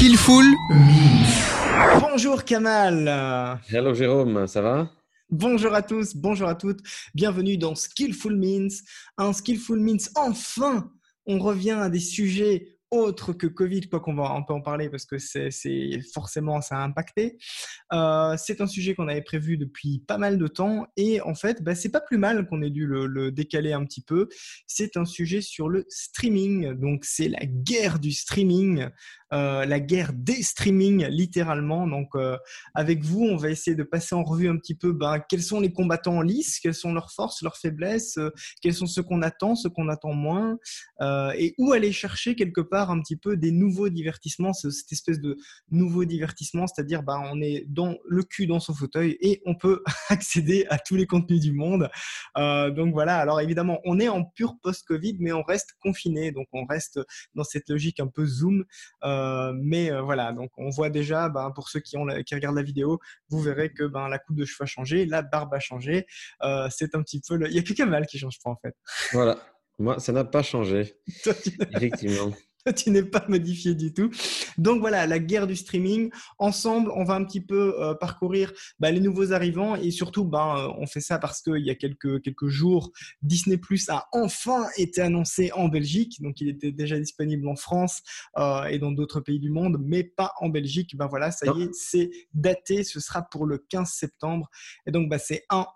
Skillful Memes. Bonjour Kamal. Hello Jérôme, ça va? Bonjour à tous, bonjour à toutes. Bienvenue dans Skillful Memes. Un Skillful Memes, enfin, on revient à des sujets autres que Covid, quoi on peut en parler parce que c'est forcément ça a impacté. C'est un sujet qu'on avait prévu depuis pas mal de temps et en fait, c'est pas plus mal qu'on ait dû le décaler un petit peu. C'est un sujet sur le streaming, donc c'est la guerre du streaming, la guerre des streamings littéralement. Donc avec vous, on va essayer de passer en revue un petit peu quels sont les combattants en lice, quelles sont leurs forces, leurs faiblesses, quels sont ceux qu'on attend moins, et où aller chercher quelque part un petit peu des nouveaux divertissements, cette espèce de nouveau divertissement, c'est-à-dire on est dans le cul dans son fauteuil et on peut accéder à tous les contenus du monde. Donc voilà, alors évidemment, on est en pur post-Covid, mais on reste confiné, donc on reste dans cette logique un peu Zoom. Voilà, donc on voit déjà, pour ceux qui regardent la vidéo, vous verrez que la coupe de cheveux a changé, la barbe a changé. C'est un petit peu il y a que Kamal qui change pas en fait. Voilà, moi ça n'a pas changé, Toi, tu effectivement. tu n'es pas modifié du tout. Donc voilà, la guerre du streaming. Ensemble, on va un petit peu parcourir les nouveaux arrivants et surtout, on fait ça parce qu'il y a quelques jours, Disney Plus a enfin été annoncé en Belgique. Donc il était déjà disponible en France et dans d'autres pays du monde, mais pas en Belgique. Voilà, ça y est, Non, c'est daté. Ce sera pour le 15 septembre. Et donc, c'est un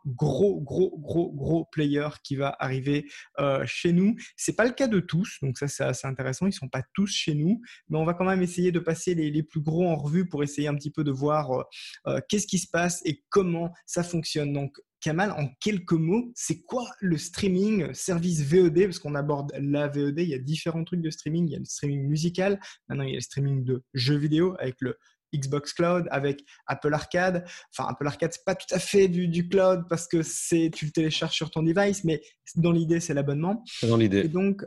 gros player qui va arriver chez nous. C'est pas le cas de tous, donc ça c'est assez intéressant. Ils sont pas tous chez nous, mais on va quand même essayer de passer les plus gros en revue pour essayer un petit peu de voir qu'est-ce qui se passe et comment ça fonctionne. Donc Kamal, en quelques mots, c'est quoi le streaming service VOD? Parce qu'on aborde la VOD, il y a différents trucs de streaming. Il y a le streaming musical, maintenant il y a le streaming de jeux vidéo avec le Xbox Cloud, avec Apple Arcade. Enfin, Apple Arcade, c'est pas tout à fait du cloud parce que tu le télécharges sur ton device, mais dans l'idée, c'est l'abonnement. c'est dans Et l'idée. donc,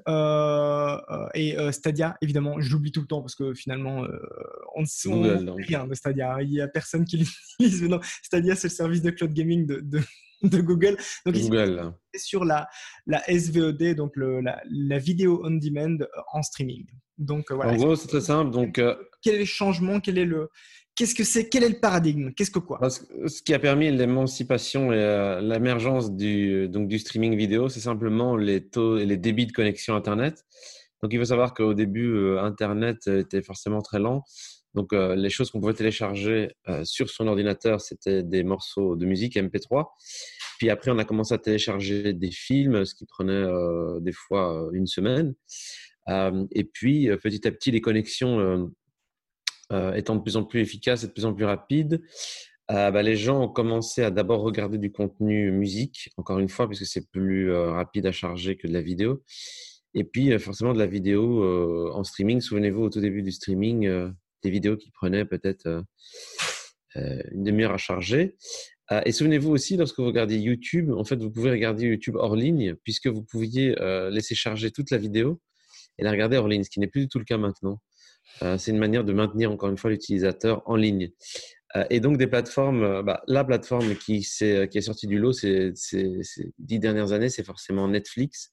Stadia, évidemment, je l'oublie tout le temps parce que finalement, on ne Google, sait donc. rien de Stadia. Il n'y a personne qui l'utilise. Mais non, Stadia, c'est le service de cloud gaming de Google. Donc ici, Google, là. c'est sur la SVOD, donc la vidéo on demand en streaming. Donc En voilà. gros, c'est très simple. Donc, Quel est le changement? Qu'est-ce que c'est? Quel est le paradigme? Qu'est-ce que quoi? ce qui a permis l'émancipation et l'émergence du streaming vidéo, c'est simplement les taux et les débits de connexion Internet. Donc, il faut savoir qu'au début, Internet était forcément très lent. Donc, les choses qu'on pouvait télécharger sur son ordinateur, c'était des morceaux de musique MP3. Puis après, on a commencé à télécharger des films, ce qui prenait des fois une semaine. Et puis, petit à petit, les connexions étant de plus en plus efficaces et de plus en plus rapides, les gens ont commencé à d'abord regarder du contenu musique, encore une fois, puisque c'est plus rapide à charger que de la vidéo. Et puis, forcément, de la vidéo en streaming. Souvenez-vous, au tout début du streaming, des vidéos qui prenaient peut-être une demi-heure à charger. Et souvenez-vous aussi, lorsque vous regardez YouTube, en fait, vous pouvez regarder YouTube hors ligne, puisque vous pouviez laisser charger toute la vidéo et la regarder hors ligne, ce qui n'est plus du tout le cas maintenant. C'est une manière de maintenir, encore une fois, l'utilisateur en ligne. Et donc, des plateformes, la plateforme qui est sortie du lot ces 10 dernières années, c'est forcément Netflix,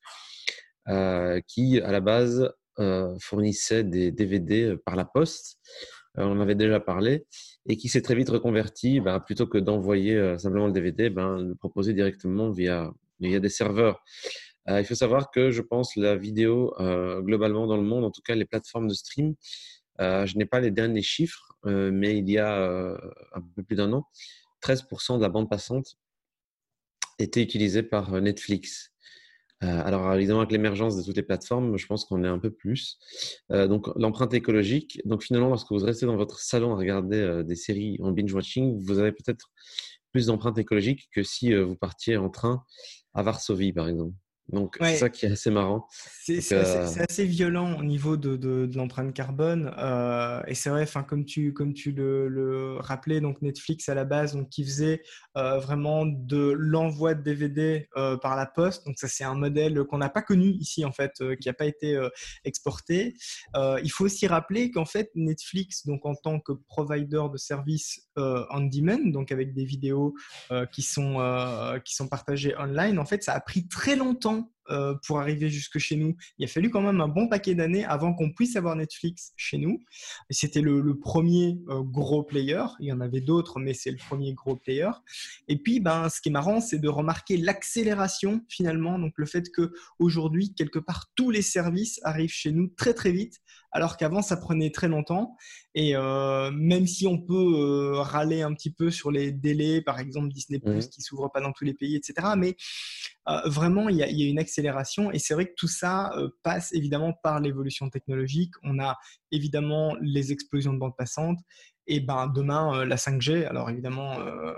qui, à la base, fournissait des DVD par la poste. On en avait déjà parlé, et qui s'est très vite reconverti, plutôt que d'envoyer simplement le DVD, le proposer directement via des serveurs. Il faut savoir que je pense la vidéo, globalement dans le monde, en tout cas les plateformes de stream, je n'ai pas les derniers chiffres, mais il y a un peu plus d'un an, 13% de la bande passante était utilisée par Netflix. Alors évidemment, avec l'émergence de toutes les plateformes, je pense qu'on est un peu plus. Donc l'empreinte écologique. Donc finalement, lorsque vous restez dans votre salon à regarder des séries en binge-watching, vous avez peut-être plus d'empreinte écologique que si vous partiez en train à Varsovie, par exemple. Donc c'est ça Ouais, qui est assez marrant. c'est Donc, c'est assez, c'est assez violent au niveau de l'empreinte carbone. Et c'est vrai, comme tu le rappelais, donc Netflix à la base, donc, qui faisait vraiment de l'envoi de DVD par la poste. Donc ça, c'est un modèle qu'on n'a pas connu ici, en fait, qui n'a pas été exporté. Il faut aussi rappeler qu'en fait, Netflix, donc en tant que provider de services on demand, donc avec des vidéos qui sont partagées online, en fait, ça a pris très longtemps pour arriver jusque chez nous. Il a fallu quand même un bon paquet d'années avant qu'on puisse avoir Netflix chez nous. Et c'était le premier gros player. Il y en avait d'autres, mais c'est le premier gros player. Et puis, ce qui est marrant, c'est de remarquer l'accélération finalement. Donc, le fait qu'aujourd'hui, quelque part, tous les services arrivent chez nous très, très vite, alors qu'avant, ça prenait très longtemps. Et même si on peut râler un petit peu sur les délais, par exemple Disney+, qui s'ouvre pas dans tous les pays, etc. Mais vraiment, il y a une accélération. Et c'est vrai que tout ça passe évidemment par l'évolution technologique. On a évidemment les explosions de bande passante. Et demain, la 5G. Alors évidemment,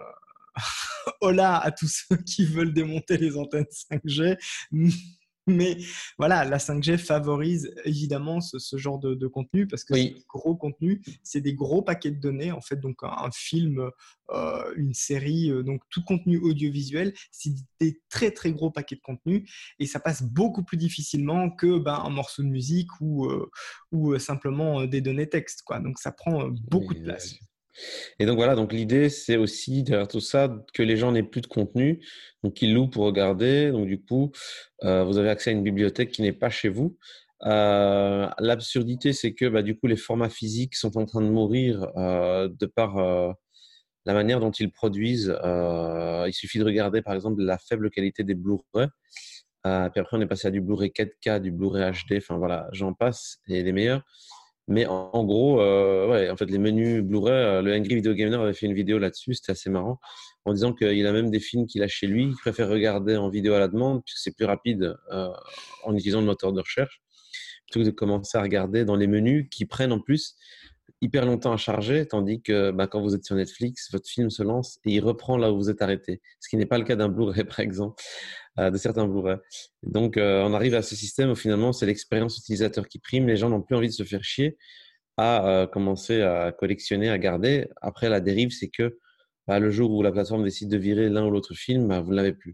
hola à tous ceux qui veulent démonter les antennes 5G. Mais voilà, la 5G favorise évidemment ce genre de contenu parce que c'est des gros contenus, c'est des gros paquets de données. En fait, donc un film, une série, donc tout contenu audiovisuel, c'est des très très gros paquets de contenu et ça passe beaucoup plus difficilement que un morceau de musique ou simplement des données texte, quoi. Donc ça prend beaucoup de place. Et donc voilà, donc l'idée c'est aussi derrière tout ça que les gens n'aient plus de contenu, donc qu'ils louent pour regarder. Donc du coup, vous avez accès à une bibliothèque qui n'est pas chez vous. L'absurdité, c'est que du coup les formats physiques sont en train de mourir de par la manière dont ils produisent. Il suffit de regarder par exemple la faible qualité des Blu-ray. Puis après on est passé à du Blu-ray 4K, du Blu-ray HD. Enfin voilà, j'en passe et les meilleurs. Mais en gros, en fait, les menus Blu-ray, le Angry Video Gamer avait fait une vidéo là-dessus, c'était assez marrant, en disant qu'il a même des films qu'il a chez lui, qu'il préfère regarder en vidéo à la demande, puisque c'est plus rapide en utilisant le moteur de recherche, plutôt que de commencer à regarder dans les menus qui prennent en plus hyper longtemps à charger, tandis que quand vous êtes sur Netflix, votre film se lance et il reprend là où vous êtes arrêté, ce qui n'est pas le cas d'un Blu-ray, par exemple, de certains Blu-ray. Donc, on arrive à ce système où finalement, c'est l'expérience utilisateur qui prime. Les gens n'ont plus envie de se faire chier à commencer à collectionner, à garder. Après, la dérive, c'est que le jour où la plateforme décide de virer l'un ou l'autre film, vous ne l'avez plus.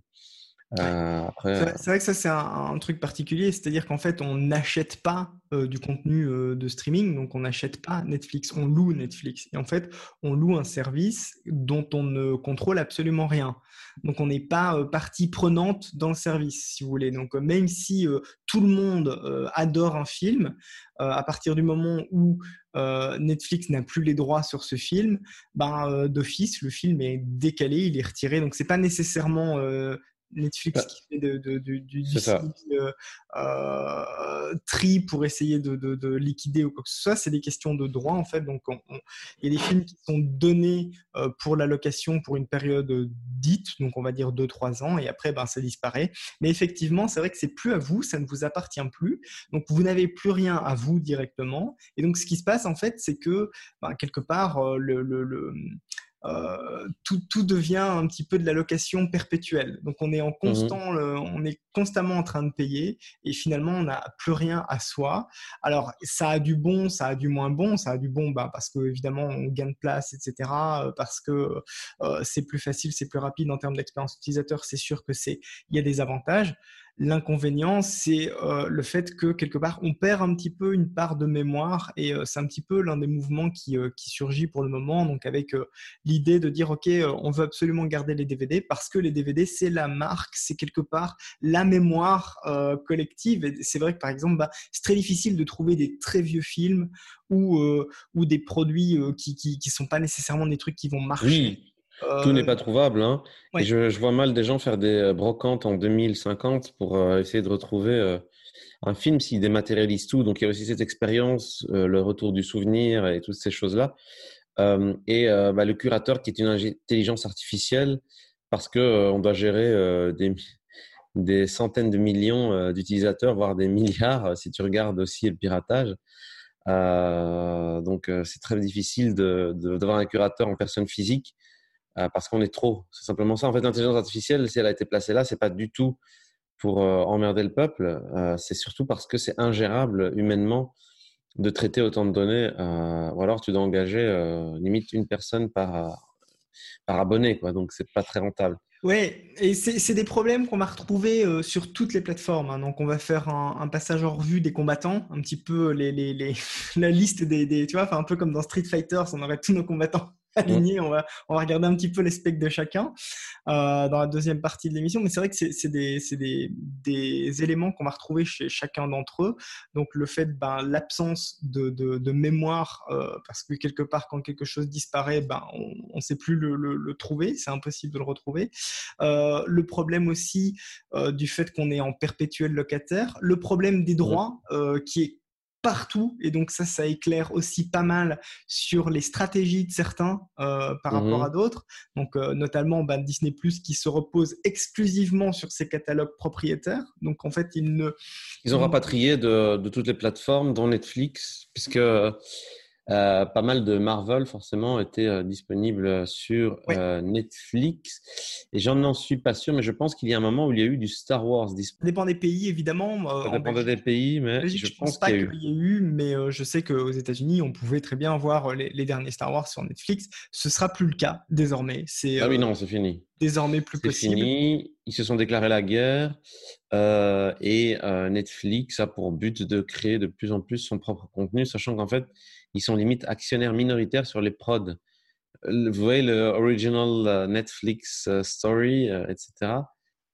C'est vrai que ça, c'est un truc particulier, c'est-à-dire qu'en fait, on n'achète pas du contenu de streaming, donc on n'achète pas Netflix, on loue Netflix. Et en fait, on loue un service dont on ne contrôle absolument rien. Donc, on n'est pas partie prenante dans le service, si vous voulez. Donc, même si tout le monde adore un film, à partir du moment où Netflix n'a plus les droits sur ce film, d'office, le film est décalé, il est retiré. Donc, c'est pas nécessairement Netflix qui fait du tri pour essayer de liquider ou quoi que ce soit, c'est des questions de droit en fait. Donc il y a des films qui sont donnés pour la location pour une période dite, donc on va dire 2-3 ans, et après ça disparaît. Mais effectivement, c'est vrai que c'est plus à vous, ça ne vous appartient plus, donc vous n'avez plus rien à vous directement. Et donc ce qui se passe en fait, c'est que quelque part tout devient un petit peu de la location perpétuelle. Donc on est on est constamment en train de payer et finalement on n'a plus rien à soi. Alors ça a du bon, ça a du moins bon. Ça a du bon parce que évidemment on gagne de place, etc. Parce que c'est plus facile, c'est plus rapide en termes d'expérience utilisateur. C'est sûr que il y a des avantages. L'inconvénient, c'est le fait que quelque part, on perd un petit peu une part de mémoire et c'est un petit peu l'un des mouvements qui surgit pour le moment. Donc avec l'idée de dire, OK, on veut absolument garder les DVD parce que les DVD, c'est la marque, c'est quelque part la mémoire collective. Et c'est vrai que par exemple, c'est très difficile de trouver des très vieux films ou des produits qui sont pas nécessairement des trucs qui vont marcher. Oui. Tout n'est pas trouvable, hein. Ouais. Et je vois mal des gens faire des brocantes en 2050 pour essayer de retrouver un film s'ils dématérialisent tout. Donc, il y a aussi cette expérience, le retour du souvenir et toutes ces choses-là. Le curateur qui est une intelligence artificielle parce que on doit gérer des centaines de millions d'utilisateurs, voire des milliards si tu regardes aussi le piratage. Donc, c'est très difficile d'avoir un curateur en personne physique. Parce qu'on est trop. C'est simplement ça. En fait, l'intelligence artificielle, si elle a été placée là, c'est pas du tout pour emmerder le peuple. C'est surtout parce que c'est ingérable humainement de traiter autant de données. Ou alors, tu dois engager limite une personne par abonné, quoi. Donc, c'est pas très rentable. Ouais, et c'est des problèmes qu'on va retrouver sur toutes les plateformes, hein. Donc, on va faire un passage en revue des combattants, un petit peu la liste tu vois, un peu comme dans Street Fighter, on aurait tous nos combattants aligné. On va regarder un petit peu les specs de chacun dans la deuxième partie de l'émission. Mais c'est vrai que c'est des éléments qu'on va retrouver chez chacun d'entre eux. Donc, le fait, l'absence de mémoire, parce que quelque part, quand quelque chose disparaît, on ne sait plus le trouver. C'est impossible de le retrouver. Le problème aussi du fait qu'on est en perpétuel locataire. Le problème des droits qui est partout, et donc ça éclaire aussi pas mal sur les stratégies de certains par rapport à d'autres, donc notamment Disney+, qui se repose exclusivement sur ses catalogues propriétaires, donc en fait Ils ont rapatrié de toutes les plateformes, dont Netflix, puisque pas mal de Marvel, forcément, étaient disponibles sur Netflix. Et j'en suis pas sûr, mais je pense qu'il y a un moment où il y a eu du Star Wars disponible. Ça dépend des pays, évidemment. Ça dépendait des pays, mais Belgique, je pense pense pas qu'il y a qu'il eu. y ait eu, mais je sais qu'aux États-Unis, on pouvait très bien voir les derniers Star Wars sur Netflix. Ce sera plus le cas désormais. C'est Ah oui, non, c'est fini. désormais plus C'est possible. fini. Ils se sont déclarés la guerre et Netflix a pour but de créer de plus en plus son propre contenu, sachant qu'en fait, ils sont limite actionnaires minoritaires sur les prods. Vous voyez le original Netflix story, etc.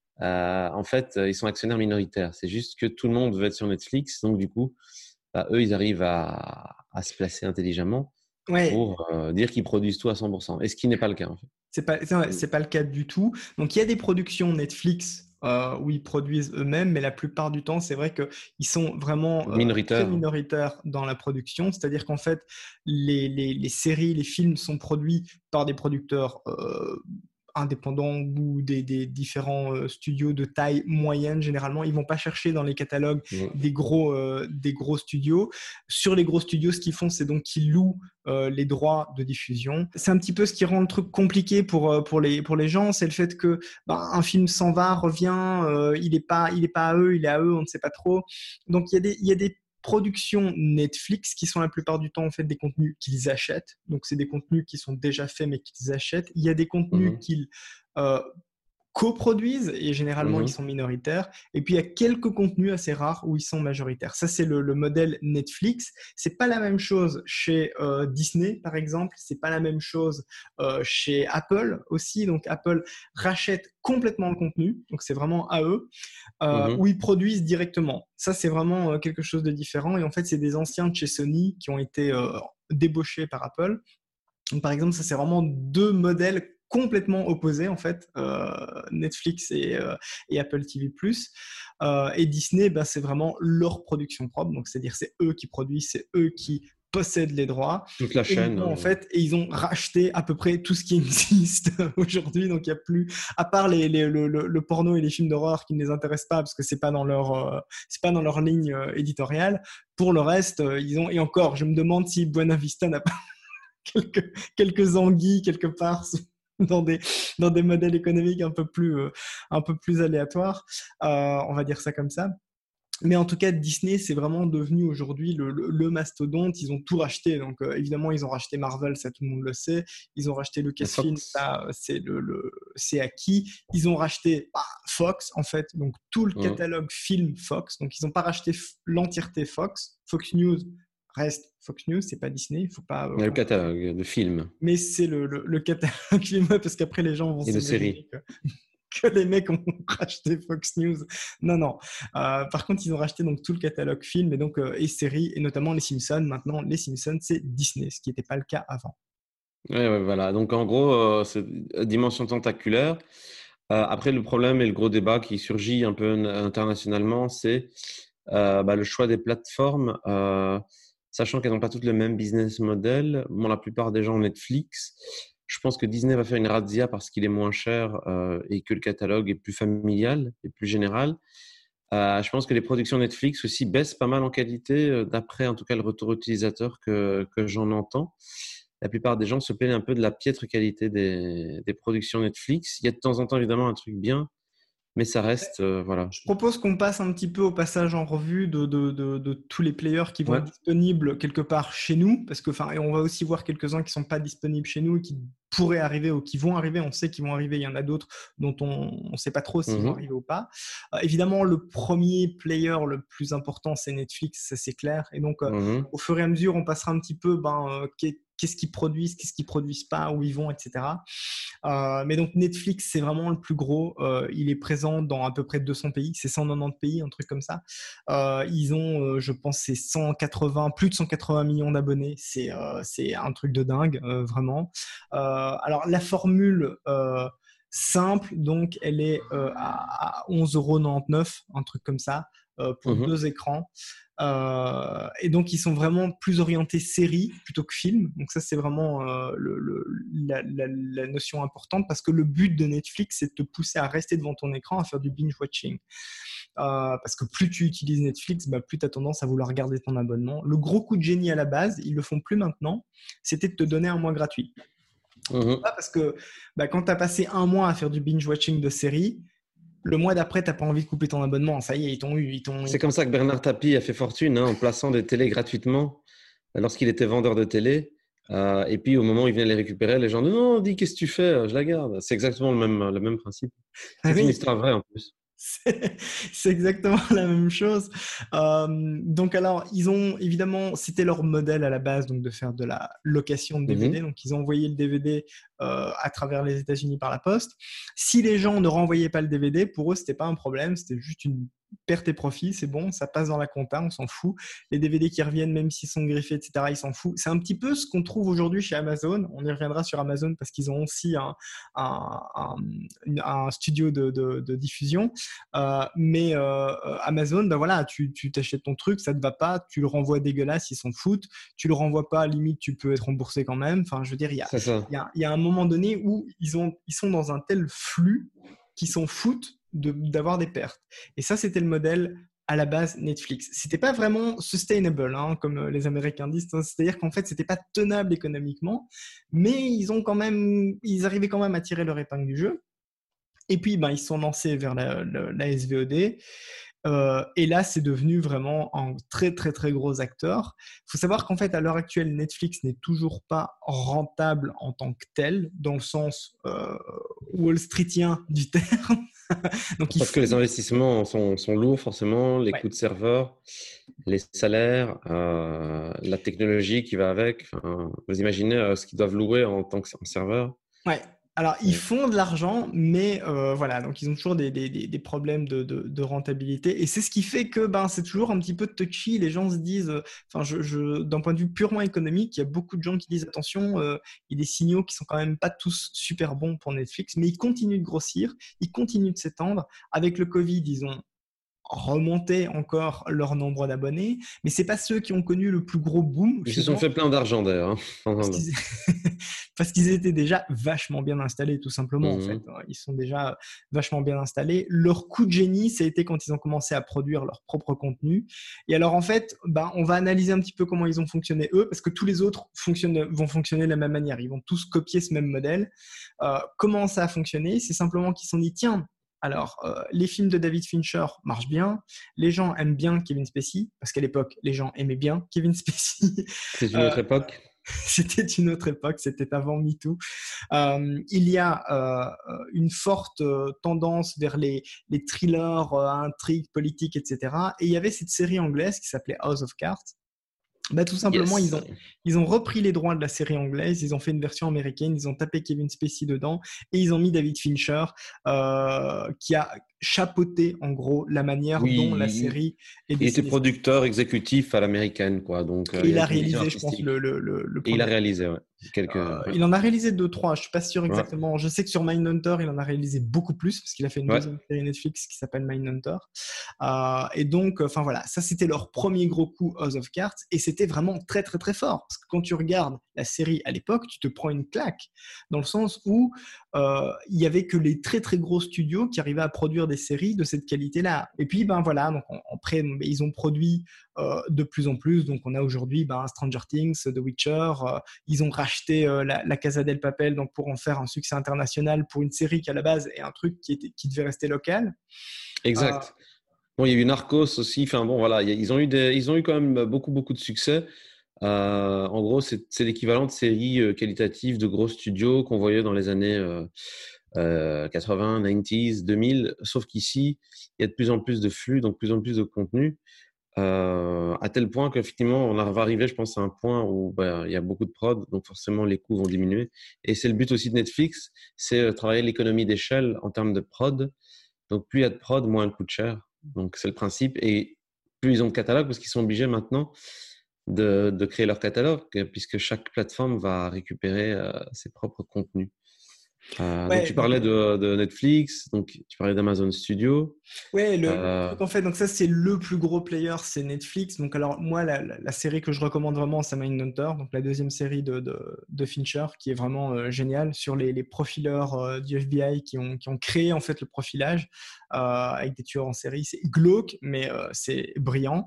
En fait, ils sont actionnaires minoritaires. C'est juste que tout le monde veut être sur Netflix, donc du coup, eux, ils arrivent à se placer intelligemment pour dire qu'ils produisent tout à 100%. Et ce qui n'est pas le cas, en fait. C'est pas le cas du tout. Donc, il y a des productions Netflix où ils produisent eux-mêmes, mais la plupart du temps, c'est vrai qu'ils sont vraiment très Minoritaires. minoritaires dans la production. C'est-à-dire qu'en fait, les séries, les films sont produits par des producteurs indépendants ou des différents studios de taille moyenne. Généralement, ils vont pas chercher dans les catalogues des gros studios. Sur les gros studios, ce qu'ils font, c'est donc qu'ils louent les droits de diffusion. C'est un petit peu ce qui rend le truc compliqué pour les gens, c'est le fait que un film s'en va, revient, il est pas à eux, il est à eux, on ne sait pas trop. Donc il y a des productions Netflix qui sont la plupart du temps en fait des contenus qu'ils achètent. Donc c'est des contenus qui sont déjà faits mais qu'ils achètent. Il y a des contenus qu'ils coproduisent et généralement ils sont minoritaires. Et puis il y a quelques contenus assez rares où ils sont majoritaires. Ça c'est le modèle Netflix. C'est pas la même chose chez Disney par exemple. C'est pas la même chose chez Apple aussi. Donc Apple rachète complètement le contenu. Donc c'est vraiment à eux où ils produisent directement. Ça c'est vraiment quelque chose de différent. Et en fait c'est des anciens de chez Sony qui ont été débauchés par Apple. Donc, par exemple, ça c'est vraiment deux modèles complètement opposés en fait, Netflix et Apple TV+. Et Disney, c'est vraiment leur production propre, donc c'est-à-dire c'est eux qui produisent, c'est eux qui possèdent les droits. Toute la chaîne. Et ils ont racheté à peu près tout ce qui existe aujourd'hui, donc il n'y a plus, à part le porno et les films d'horreur qui ne les intéressent pas parce que c'est pas dans leur ligne éditoriale. Pour le reste, ils ont, et encore, je me demande si Buena Vista n'a pas quelques anguilles quelque part dans des modèles économiques un peu plus aléatoires, on va dire ça comme ça. Mais en tout cas, Disney, c'est vraiment devenu aujourd'hui le mastodonte. Ils ont tout racheté. Donc, évidemment, ils ont racheté Marvel, ça tout le monde le sait. Ils ont racheté Lucasfilm, ça c'est acquis. Ils ont racheté Fox, en fait. Donc, tout le catalogue film Fox. Donc, ils n'ont pas racheté l'entièreté Fox. Fox News reste Fox News, c'est pas Disney. Faut pas, le catalogue de films. Mais c'est le catalogue film, parce qu'après, les gens vont s'imaginer que les mecs ont racheté Fox News. Non. Par contre, ils ont racheté donc tout le catalogue film et séries, et notamment les Simpsons. Maintenant, les Simpsons, c'est Disney, ce qui n'était pas le cas avant. Ouais, voilà. Donc, en gros, c'est dimension tentaculaire. Après, le problème et le gros débat qui surgit un peu internationalement, c'est le choix des plateformes, sachant qu'elles n'ont pas toutes le même business model. Bon, la plupart des gens ont Netflix. Je pense que Disney va faire une razzia parce qu'il est moins cher et que le catalogue est plus familial et plus général. Je pense que les productions Netflix aussi baissent pas mal en qualité, d'après en tout cas le retour utilisateur que j'en entends. La plupart des gens se plaignent un peu de la piètre qualité des productions Netflix. Il y a de temps en temps évidemment un truc bien, mais ça reste, voilà. Je propose qu'on passe un petit peu au passage en revue de tous les players qui vont être disponibles quelque part chez nous, parce que, et on va aussi voir quelques-uns qui ne sont pas disponibles chez nous et qui pourraient arriver ou qui vont arriver. On sait qu'ils vont arriver. Il y en a d'autres dont on ne sait pas trop s'ils vont arriver ou pas. Évidemment, le premier player le plus important, c'est Netflix, ça c'est clair. Et donc, au fur et à mesure, on passera un petit peu qu'est-ce qu'ils produisent, qu'est-ce qu'ils produisent pas, où ils vont, etc. Mais donc Netflix, c'est vraiment le plus gros. Il est présent dans à peu près 200 pays. C'est 190 pays, un truc comme ça. Ils ont, je pense, c'est plus de 180 millions d'abonnés. C'est un truc de dingue, vraiment. Alors, la formule simple, donc, elle est à 11,99 €, un truc comme ça, pour 2 écrans. Et donc, ils sont vraiment plus orientés série plutôt que film. Donc, ça, c'est vraiment la notion importante parce que le but de Netflix, c'est de te pousser à rester devant ton écran, à faire du binge-watching. Parce que plus tu utilises Netflix, plus tu as tendance à vouloir garder ton abonnement. Le gros coup de génie à la base, ils le font plus maintenant, c'était de te donner un mois gratuit. Parce que quand tu as passé un mois à faire du binge-watching de séries, le mois d'après, tu n'as pas envie de couper ton abonnement. Ça y est, ils t'ont eu. C'est comme ça que Bernard Tapie a fait fortune, en plaçant des télés gratuitement lorsqu'il était vendeur de télé. Et puis, au moment où il venait les récupérer, les gens disent non, dis, qu'est-ce que tu fais? Je la garde. C'est exactement le même principe. C'est une histoire vraie en plus. C'est exactement la même chose. Donc alors, ils ont évidemment, c'était leur modèle à la base, donc de faire de la location de DVD. Donc ils ont envoyé le DVD à travers les États-Unis par la poste. Si les gens ne renvoyaient pas le DVD, pour eux, c'était pas un problème, c'était juste une perte et profit, c'est bon, ça passe dans la compta, on s'en fout. Les DVD qui reviennent, même s'ils sont griffés, etc., ils s'en foutent. C'est un petit peu ce qu'on trouve aujourd'hui chez Amazon. On y reviendra sur Amazon parce qu'ils ont aussi un studio de diffusion. Mais Amazon, voilà, tu t'achètes ton truc, ça te va pas, tu le renvoies dégueulasse, ils s'en foutent. Tu le renvoies pas, limite, tu peux être remboursé quand même. Enfin, je veux dire, il y a un moment donné où ils sont dans un tel flux qu'ils s'en foutent d'avoir des pertes. Et ça, c'était le modèle à la base Netflix. C'était pas vraiment sustainable, comme les Américains disent. C'est-à-dire qu'en fait, c'était pas tenable économiquement, mais ils arrivaient quand même à tirer leur épingle du jeu. Et puis, ils se sont lancés vers la SVOD. Et là, c'est devenu vraiment un très, très, très gros acteur. Il faut savoir qu'en fait, à l'heure actuelle, Netflix n'est toujours pas rentable en tant que tel, dans le sens Wall Streetien du terme. Donc, parce que les investissements sont lourds, forcément, les coûts de serveurs, les salaires, la technologie qui va avec. Vous imaginez ce qu'ils doivent louer en tant que serveur? Ouais. Alors, ils font de l'argent, mais voilà, donc ils ont toujours des problèmes de rentabilité. Et c'est ce qui fait que c'est toujours un petit peu touchy. Les gens se disent, d'un point de vue purement économique, il y a beaucoup de gens qui disent attention, il y a des signaux qui sont quand même pas tous super bons pour Netflix, mais ils continuent de grossir, ils continuent de s'étendre. Avec le Covid, ils ont remonter encore leur nombre d'abonnés, mais c'est pas ceux qui ont connu le plus gros boom. Ils se sont fait plein d'argent d'ailleurs. Parce qu'ils étaient déjà vachement bien installés, tout simplement. En fait, ils sont déjà vachement bien installés. Leur coup de génie, ça a été quand ils ont commencé à produire leur propre contenu. Et alors en fait, on va analyser un petit peu comment ils ont fonctionné eux, parce que tous les autres vont fonctionner de la même manière. Ils vont tous copier ce même modèle. Comment ça a fonctionné? C'est simplement qu'ils se sont dit tiens. Alors, les films de David Fincher marchent bien. Les gens aiment bien Kevin Spacey, parce qu'à l'époque, les gens aimaient bien Kevin Spacey. C'est une autre époque. C'était une autre époque, c'était avant MeToo. Il y a une forte tendance vers les thrillers, intrigues politiques, etc. Et il y avait cette série anglaise qui s'appelait House of Cards. Tout simplement, ils ont repris les droits de la série anglaise, ils ont fait une version américaine, ils ont tapé Kevin Spacey dedans et ils ont mis David Fincher qui a chapeauté en gros la manière dont la série est dessinée. Il était producteur exécutif à l'américaine, quoi. Donc, il a réalisé, je pense, le et il a réalisé, ouais. Il en a réalisé 2-3, je suis pas sûr exactement. Ouais. Je sais que sur Mindhunter, il en a réalisé beaucoup plus parce qu'il a fait une deuxième série Netflix qui s'appelle Mindhunter. Et donc, voilà, ça c'était leur premier gros coup House of Cards et c'était vraiment très très très fort parce que quand tu regardes la série à l'époque, tu te prends une claque dans le sens où il y avait que les très très gros studios qui arrivaient à produire des séries de cette qualité-là. Et puis voilà, donc après ils ont produit de plus en plus. Donc on a aujourd'hui Stranger Things, The Witcher. Ils ont racheté la Casa del Papel donc pour en faire un succès international pour une série qui à la base est un truc qui devait rester local. Exact. Bon, il y a eu Narcos aussi. Enfin bon, voilà, ils ont eu quand même beaucoup de succès. En gros, c'est l'équivalent de séries qualitatives de gros studios qu'on voyait dans les années 80, 90s, 2000. Sauf qu'ici, il y a de plus en plus de flux, donc de plus en plus de contenu. À tel point qu'effectivement, on va arriver, je pense, à un point où il y a beaucoup de prod, donc forcément les coûts vont diminuer. Et c'est le but aussi de Netflix, c'est travailler l'économie d'échelle en termes de prod. Donc plus il y a de prod, moins elle coûte cher. Donc c'est le principe. Et plus ils ont de catalogue, parce qu'ils sont obligés maintenant de créer leur catalogue, puisque chaque plateforme va récupérer ses propres contenus. Donc Ouais, tu parlais de Netflix, donc tu parlais d'Amazon Studio. ouais, le Euh, truc en fait, donc ça c'est le plus gros player, c'est Netflix. Donc alors moi, la série que je recommande vraiment, c'est Mindhunter, donc la deuxième série de Fincher, qui est vraiment géniale sur les profileurs du FBI qui ont créé en fait le profilage avec des tueurs en série. C'est glauque, mais c'est brillant.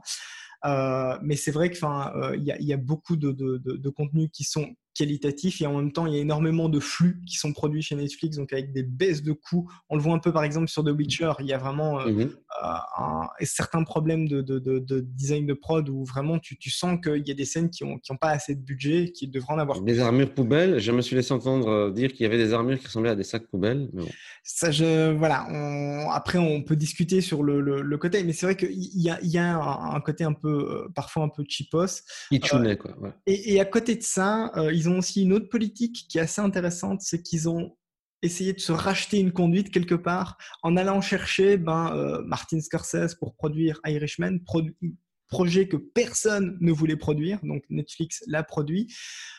Mais c'est vrai que, y a beaucoup de contenus qui sont qualitatifs et en même temps, il y a énormément de flux qui sont produits chez Netflix, donc avec des baisses de coûts. On le voit un peu par exemple sur The Witcher, il y a vraiment mhm. certains problèmes de design de prod où vraiment tu sens qu'il y a des scènes qui ont pas assez de budget, qui devraient en avoir Des plus. armures poubelles. Je me suis laissé entendre dire qu'il y avait des armures qui ressemblaient à des sacs poubelles. Mais bon. Ça, voilà. Après, on peut discuter sur le côté, mais c'est vrai qu'il y a un côté un peu, parfois un peu cheapos. Euh, Itchounet, quoi. Ouais. et à côté de ça, ils ont aussi une autre politique qui est assez intéressante, c'est qu'ils ont essayé de se racheter une conduite quelque part en allant chercher Martin Scorsese pour produire Irishman, projet que personne ne voulait produire, donc Netflix l'a produit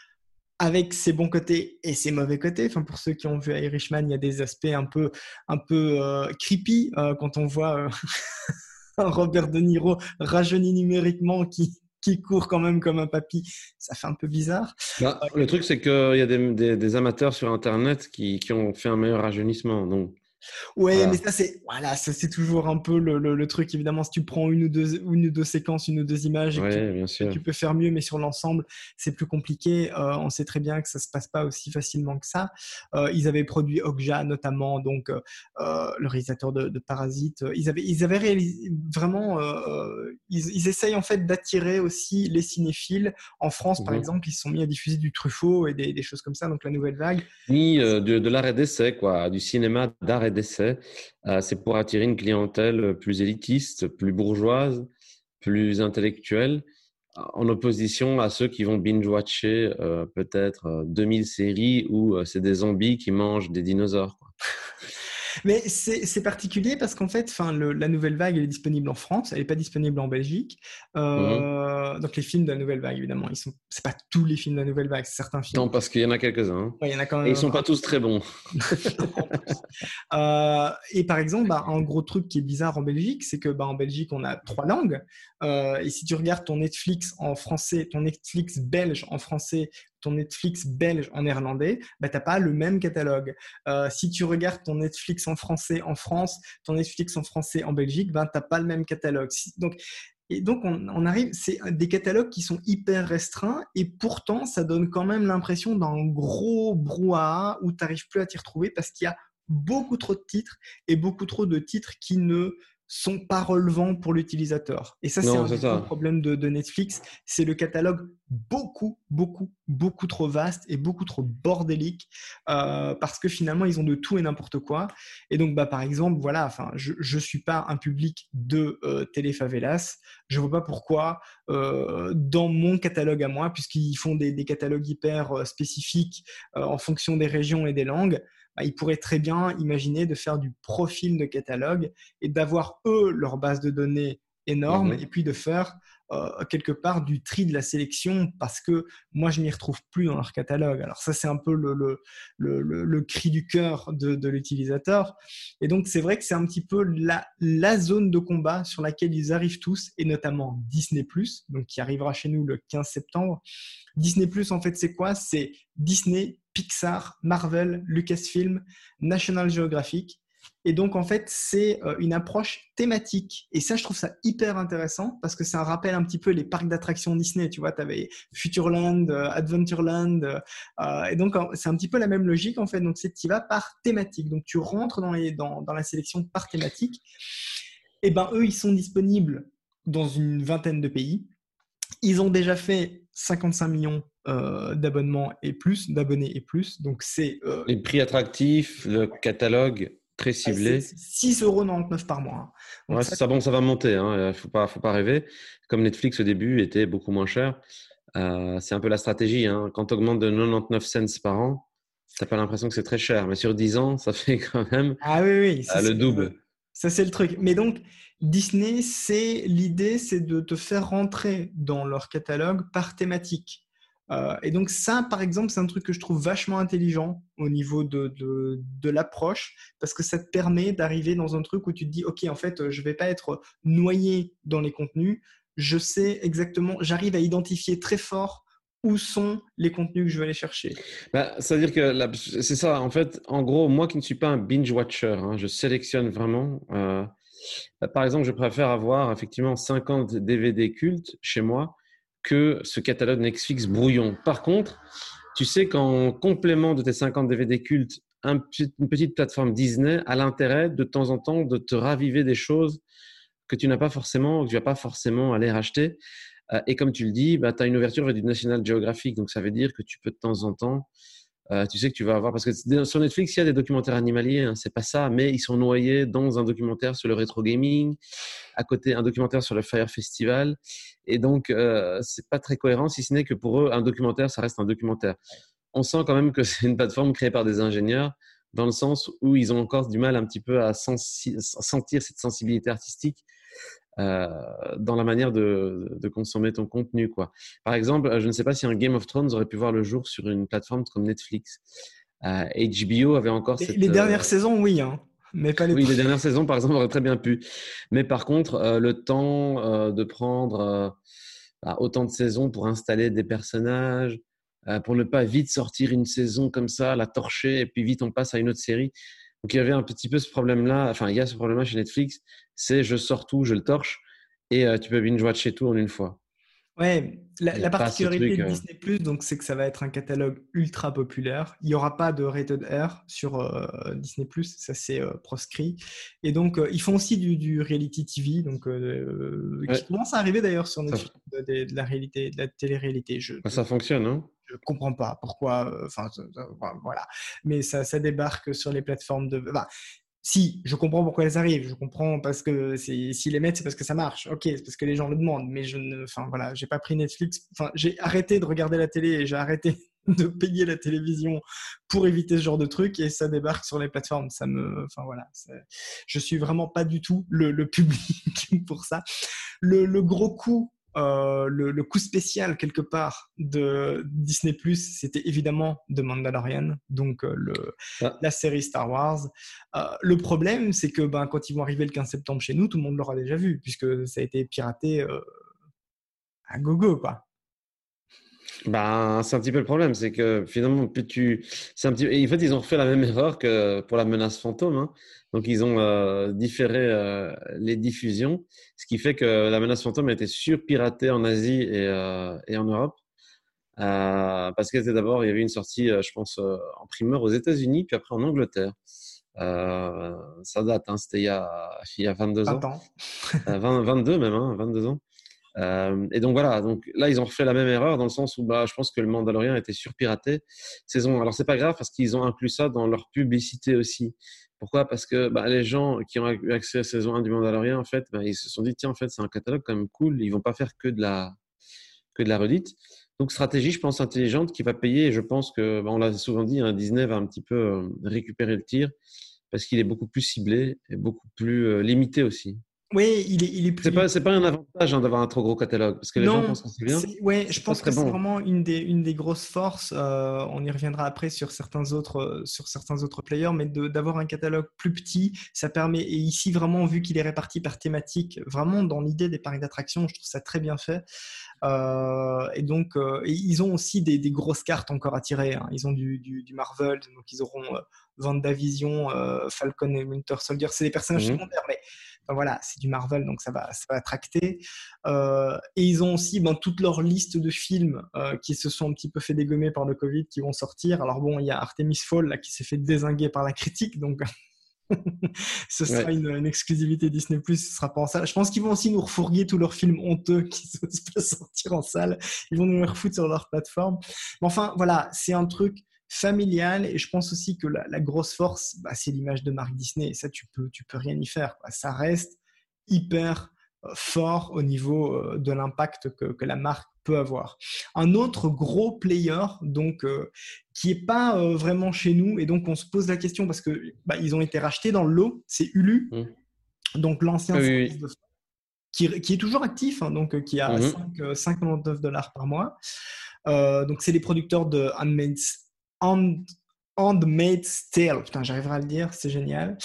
avec ses bons côtés et ses mauvais côtés. Enfin, pour ceux qui ont vu Irishman, il y a des aspects un peu creepy quand on voit un Robert De Niro rajeuni numériquement qui court quand même comme un papy. Ça fait un peu bizarre. Le truc, c'est qu'il y a des amateurs sur Internet qui ont fait un meilleur rajeunissement. Donc, Ouais, mais voilà. ça c'est toujours un peu le truc. Évidemment, si tu prends une ou deux séquences, une ou deux images et que Oui, bien sûr. tu peux faire mieux, mais sur l'ensemble, c'est plus compliqué. On sait très bien que ça se passe pas aussi facilement que ça. Ils avaient produit Okja notamment, donc le réalisateur de Parasite. Ils avaient réalisé vraiment. Ils essayent en fait d'attirer aussi les cinéphiles. En France, par Mhm. exemple, ils se sont mis à diffuser du Truffaut et des choses comme ça. Donc la nouvelle vague. Ni de l'art et d'essai, quoi, du cinéma d'art et d'essai. C'est pour attirer une clientèle plus élitiste, plus bourgeoise, plus intellectuelle, en opposition à ceux qui vont binge-watcher peut-être 2000 séries où c'est des zombies qui mangent des dinosaures, quoi. Mais c'est particulier parce qu'en fait, la nouvelle vague, elle est disponible en France, elle n'est pas disponible en Belgique. Mhm. Donc les films de la nouvelle vague, évidemment, c'est pas tous les films de la nouvelle vague, c'est certains films. Non, parce qu'il y en a quelques-uns, hein. Ouais, il y en a quand Et ils même sont pas tous très bons. en plus. Et par exemple, un gros truc qui est bizarre en Belgique, c'est que en Belgique, on a trois langues. Et si tu regardes ton Netflix en français, ton Netflix belge en français, ton Netflix belge en néerlandais, t'as pas le même catalogue. Si tu regardes ton Netflix en français en France, ton Netflix en français en Belgique, t'as pas le même catalogue. Donc on arrive, c'est des catalogues qui sont hyper restreints et pourtant ça donne quand même l'impression d'un gros brouhaha où tu n'arrives plus à t'y retrouver parce qu'il y a beaucoup trop de titres et beaucoup trop de titres qui ne sont pas relevants pour l'utilisateur. Et ça, c'est Non, un c'est des gros ça. problèmes de Netflix, c'est le catalogue beaucoup trop vaste et beaucoup trop bordélique parce que finalement, ils ont de tout et n'importe quoi. Et donc, par exemple, voilà, je suis pas un public de téléfavelas. Je vois pas pourquoi, dans mon catalogue à moi, puisqu'ils font des catalogues hyper spécifiques en fonction des régions et des langues, ils pourraient très bien imaginer de faire du profil de catalogue et d'avoir, eux, leur base de données énorme et Mhm. puis de faire quelque part du tri de la sélection parce que moi, je m'y retrouve plus dans leur catalogue. Alors ça, c'est un peu le cri du cœur de l'utilisateur. Et donc, c'est vrai que c'est un petit peu la zone de combat sur laquelle ils arrivent tous, et notamment Disney+, donc qui arrivera chez nous le 15 septembre. Disney+, en fait, c'est quoi? C'est Disney, Pixar, Marvel, Lucasfilm, National Geographic. Et donc, en fait, c'est une approche thématique. Et ça, je trouve ça hyper intéressant parce que ça rappelle un petit peu les parcs d'attractions Disney. Tu vois, tu avais Futureland, Adventureland. Et donc, c'est un petit peu la même logique, en fait. Donc, c'est tu vas par thématique. Donc, tu rentres dans la sélection par thématique. Et eux, ils sont disponibles dans une vingtaine de pays. Ils ont déjà fait 55 millions d'abonnements et plus, d'abonnés et plus. Donc, Les prix attractifs, le catalogue très c'est ciblé. 6,99 € par mois, hein. Donc, Ouais, ça, c'est ça, bon, ça va monter, hein. Faut pas rêver. Comme Netflix au début était beaucoup moins cher. C'est un peu la stratégie, hein. Quand tu augmentes de 99 cents par an, tu n'as pas l'impression que c'est très cher. Mais sur 10 ans, ça fait quand même ah oui, oui, le double. ça c'est le truc. Mais donc, Disney, l'idée, c'est de te faire rentrer dans leur catalogue par thématique. Et donc ça, par exemple, c'est un truc que je trouve vachement intelligent au niveau de l'approche, parce que ça te permet d'arriver dans un truc où tu te dis, OK, en fait, je vais pas être noyé dans les contenus. Je sais exactement, j'arrive à identifier très fort où sont les contenus que je vais aller chercher. Bah, c'est-à-dire que c'est ça, en fait, en gros, moi qui ne suis pas un binge-watcher, hein, je sélectionne vraiment. Par exemple, je préfère avoir effectivement 50 DVD cultes chez moi que ce catalogue Netflix brouillon. Par contre, tu sais qu'en complément de tes 50 DVD cultes, une petite plateforme Disney a l'intérêt de temps en temps de te raviver des choses que tu n'as pas forcément, que tu vas pas forcément aller racheter. Et comme tu le dis, bah, tu as une ouverture vers du National Geographic. Donc, ça veut dire que tu peux de temps en temps, tu sais que tu vas avoir, parce que sur Netflix, il y a des documentaires animaliers, hein, c'est pas ça, mais ils sont noyés dans un documentaire sur le rétro gaming, à côté un documentaire sur le Fire Festival. Et donc, c'est pas très cohérent, si ce n'est que pour eux, un documentaire, ça reste un documentaire. On sent quand même que c'est une plateforme créée par des ingénieurs, dans le sens où ils ont encore du mal un petit peu à sentir cette sensibilité artistique euh, dans la manière de consommer ton contenu, quoi. Par exemple, je ne sais pas si un Game of Thrones aurait pu voir le jour sur une plateforme comme Netflix. HBO avait encore Les cette... dernières saisons, oui, hein, mais pas les Oui, les dernières saisons, par exemple, auraient très bien pu. Mais par contre, le temps de prendre autant de saisons pour installer des personnages, pour ne pas vite sortir une saison comme ça, la torcher, et puis vite on passe à une autre série. Donc il y avait un petit peu ce problème-là, enfin il y a ce problème-là chez Netflix, c'est je sors tout, je le torche, et tu peux binge-watcher tout en une fois. Ouais, Il n'y a la pas ce particularité truc. de Disney+, donc, c'est que ça va être un catalogue ultra populaire. Il n'y aura pas de rated R sur Disney+, ça c'est proscrit. Et donc, ils font aussi du reality TV, donc, qui Ouais, commence à arriver d'ailleurs sur ça, Netflix, de la réalité, de la télé-réalité. ça fonctionne, hein. Je comprends pas pourquoi, enfin, voilà. Mais ça débarque sur les plateformes de. Enfin, si, je comprends pourquoi elles arrivent. Je comprends parce que s'ils les mettent, c'est parce que ça marche. Ok, c'est parce que les gens le demandent. Mais enfin voilà, j'ai pas pris Netflix. Enfin, j'ai arrêté de regarder la télé et j'ai arrêté de payer la télévision pour éviter ce genre de truc et ça débarque sur les plateformes. Enfin voilà, je suis vraiment pas du tout le public pour ça. Le gros coup, le coup spécial quelque part de Disney+, c'était évidemment The Mandalorian, donc Ah, la série Star Wars. Le problème, c'est que quand ils vont arriver le 15 septembre chez nous, tout le monde l'aura déjà vu, puisque ça a été piraté à gogo, quoi. bah, c'est un petit peu le problème, c'est que finalement, c'est un petit... Et en fait, ils ont refait la même erreur que pour la menace fantôme, hein. Donc, ils ont différé les diffusions, ce qui fait que la menace fantôme a été surpiratée en Asie et en Europe. Parce que d'abord, il y avait une sortie, je pense, en primeur aux États-Unis, puis après en Angleterre. Ça date, hein, c'était il y a 22 20 ans, ans. 22 même, hein, 22 ans. Et donc voilà, donc là ils ont refait la même erreur dans le sens où bah, je pense que le Mandalorian a été surpiraté saison. Alors c'est pas grave parce qu'ils ont inclus ça dans leur publicité aussi. Pourquoi? Parce que bah, les gens qui ont eu accès à saison 1 du Mandalorian en fait, bah, ils se sont dit tiens en fait c'est un catalogue quand même cool, ils vont pas faire que de la redite. Donc stratégie je pense intelligente qui va payer et je pense que bah, on l'a souvent dit, hein, Disney va un petit peu récupérer le tir parce qu'il est beaucoup plus ciblé et beaucoup plus limité aussi. Oui, il est plus C'est pas un avantage hein, d'avoir un trop gros catalogue, parce que les gens Non, pensent que c'est bien. ouais, je C'est pas pense que très c'est bon. vraiment une des grosses forces. On y reviendra après sur certains autres players, mais d'avoir un catalogue plus petit, ça permet. Et ici, vraiment, vu qu'il est réparti par thématique, vraiment dans l'idée des parcs d'attractions, je trouve ça très bien fait. Et donc, et ils ont aussi des grosses cartes encore à tirer, hein. Ils ont du Marvel, donc ils auront WandaVision, Falcon et Winter Soldier. C'est des personnages Mhm. secondaires, mais enfin, voilà, c'est du Marvel, donc ça va tracter. Et ils ont aussi toute leur liste de films qui se sont un petit peu fait dégommer par le Covid, qui vont sortir. Alors bon, il y a Artemis Fall là, qui s'est fait dézinguer par la critique, donc Ce sera Ouais. une exclusivité Disney+, ce sera pas en salle. Je pense qu'ils vont aussi nous refourguer tous leurs films honteux qui ne se pas sortir en salle. Ils vont nous les refoutre sur leur plateforme. Mais enfin, voilà, c'est un truc familial et je pense aussi que la grosse force, bah, c'est l'image de marque Disney et ça, tu peux rien y faire, quoi. Ça reste hyper fort au niveau de l'impact que la marque peut avoir. Un autre gros player, donc qui est pas vraiment chez nous, et donc on se pose la question parce que bah, ils ont été rachetés dans le lot, c'est Hulu, Mhm. donc l'ancien Oui, service oui. qui est toujours actif, hein, donc qui a Mhm. 5,99 $ par mois. Donc c'est les producteurs de Hand- Handmaid's Tale. Putain, j'arriverai à le dire, c'est génial.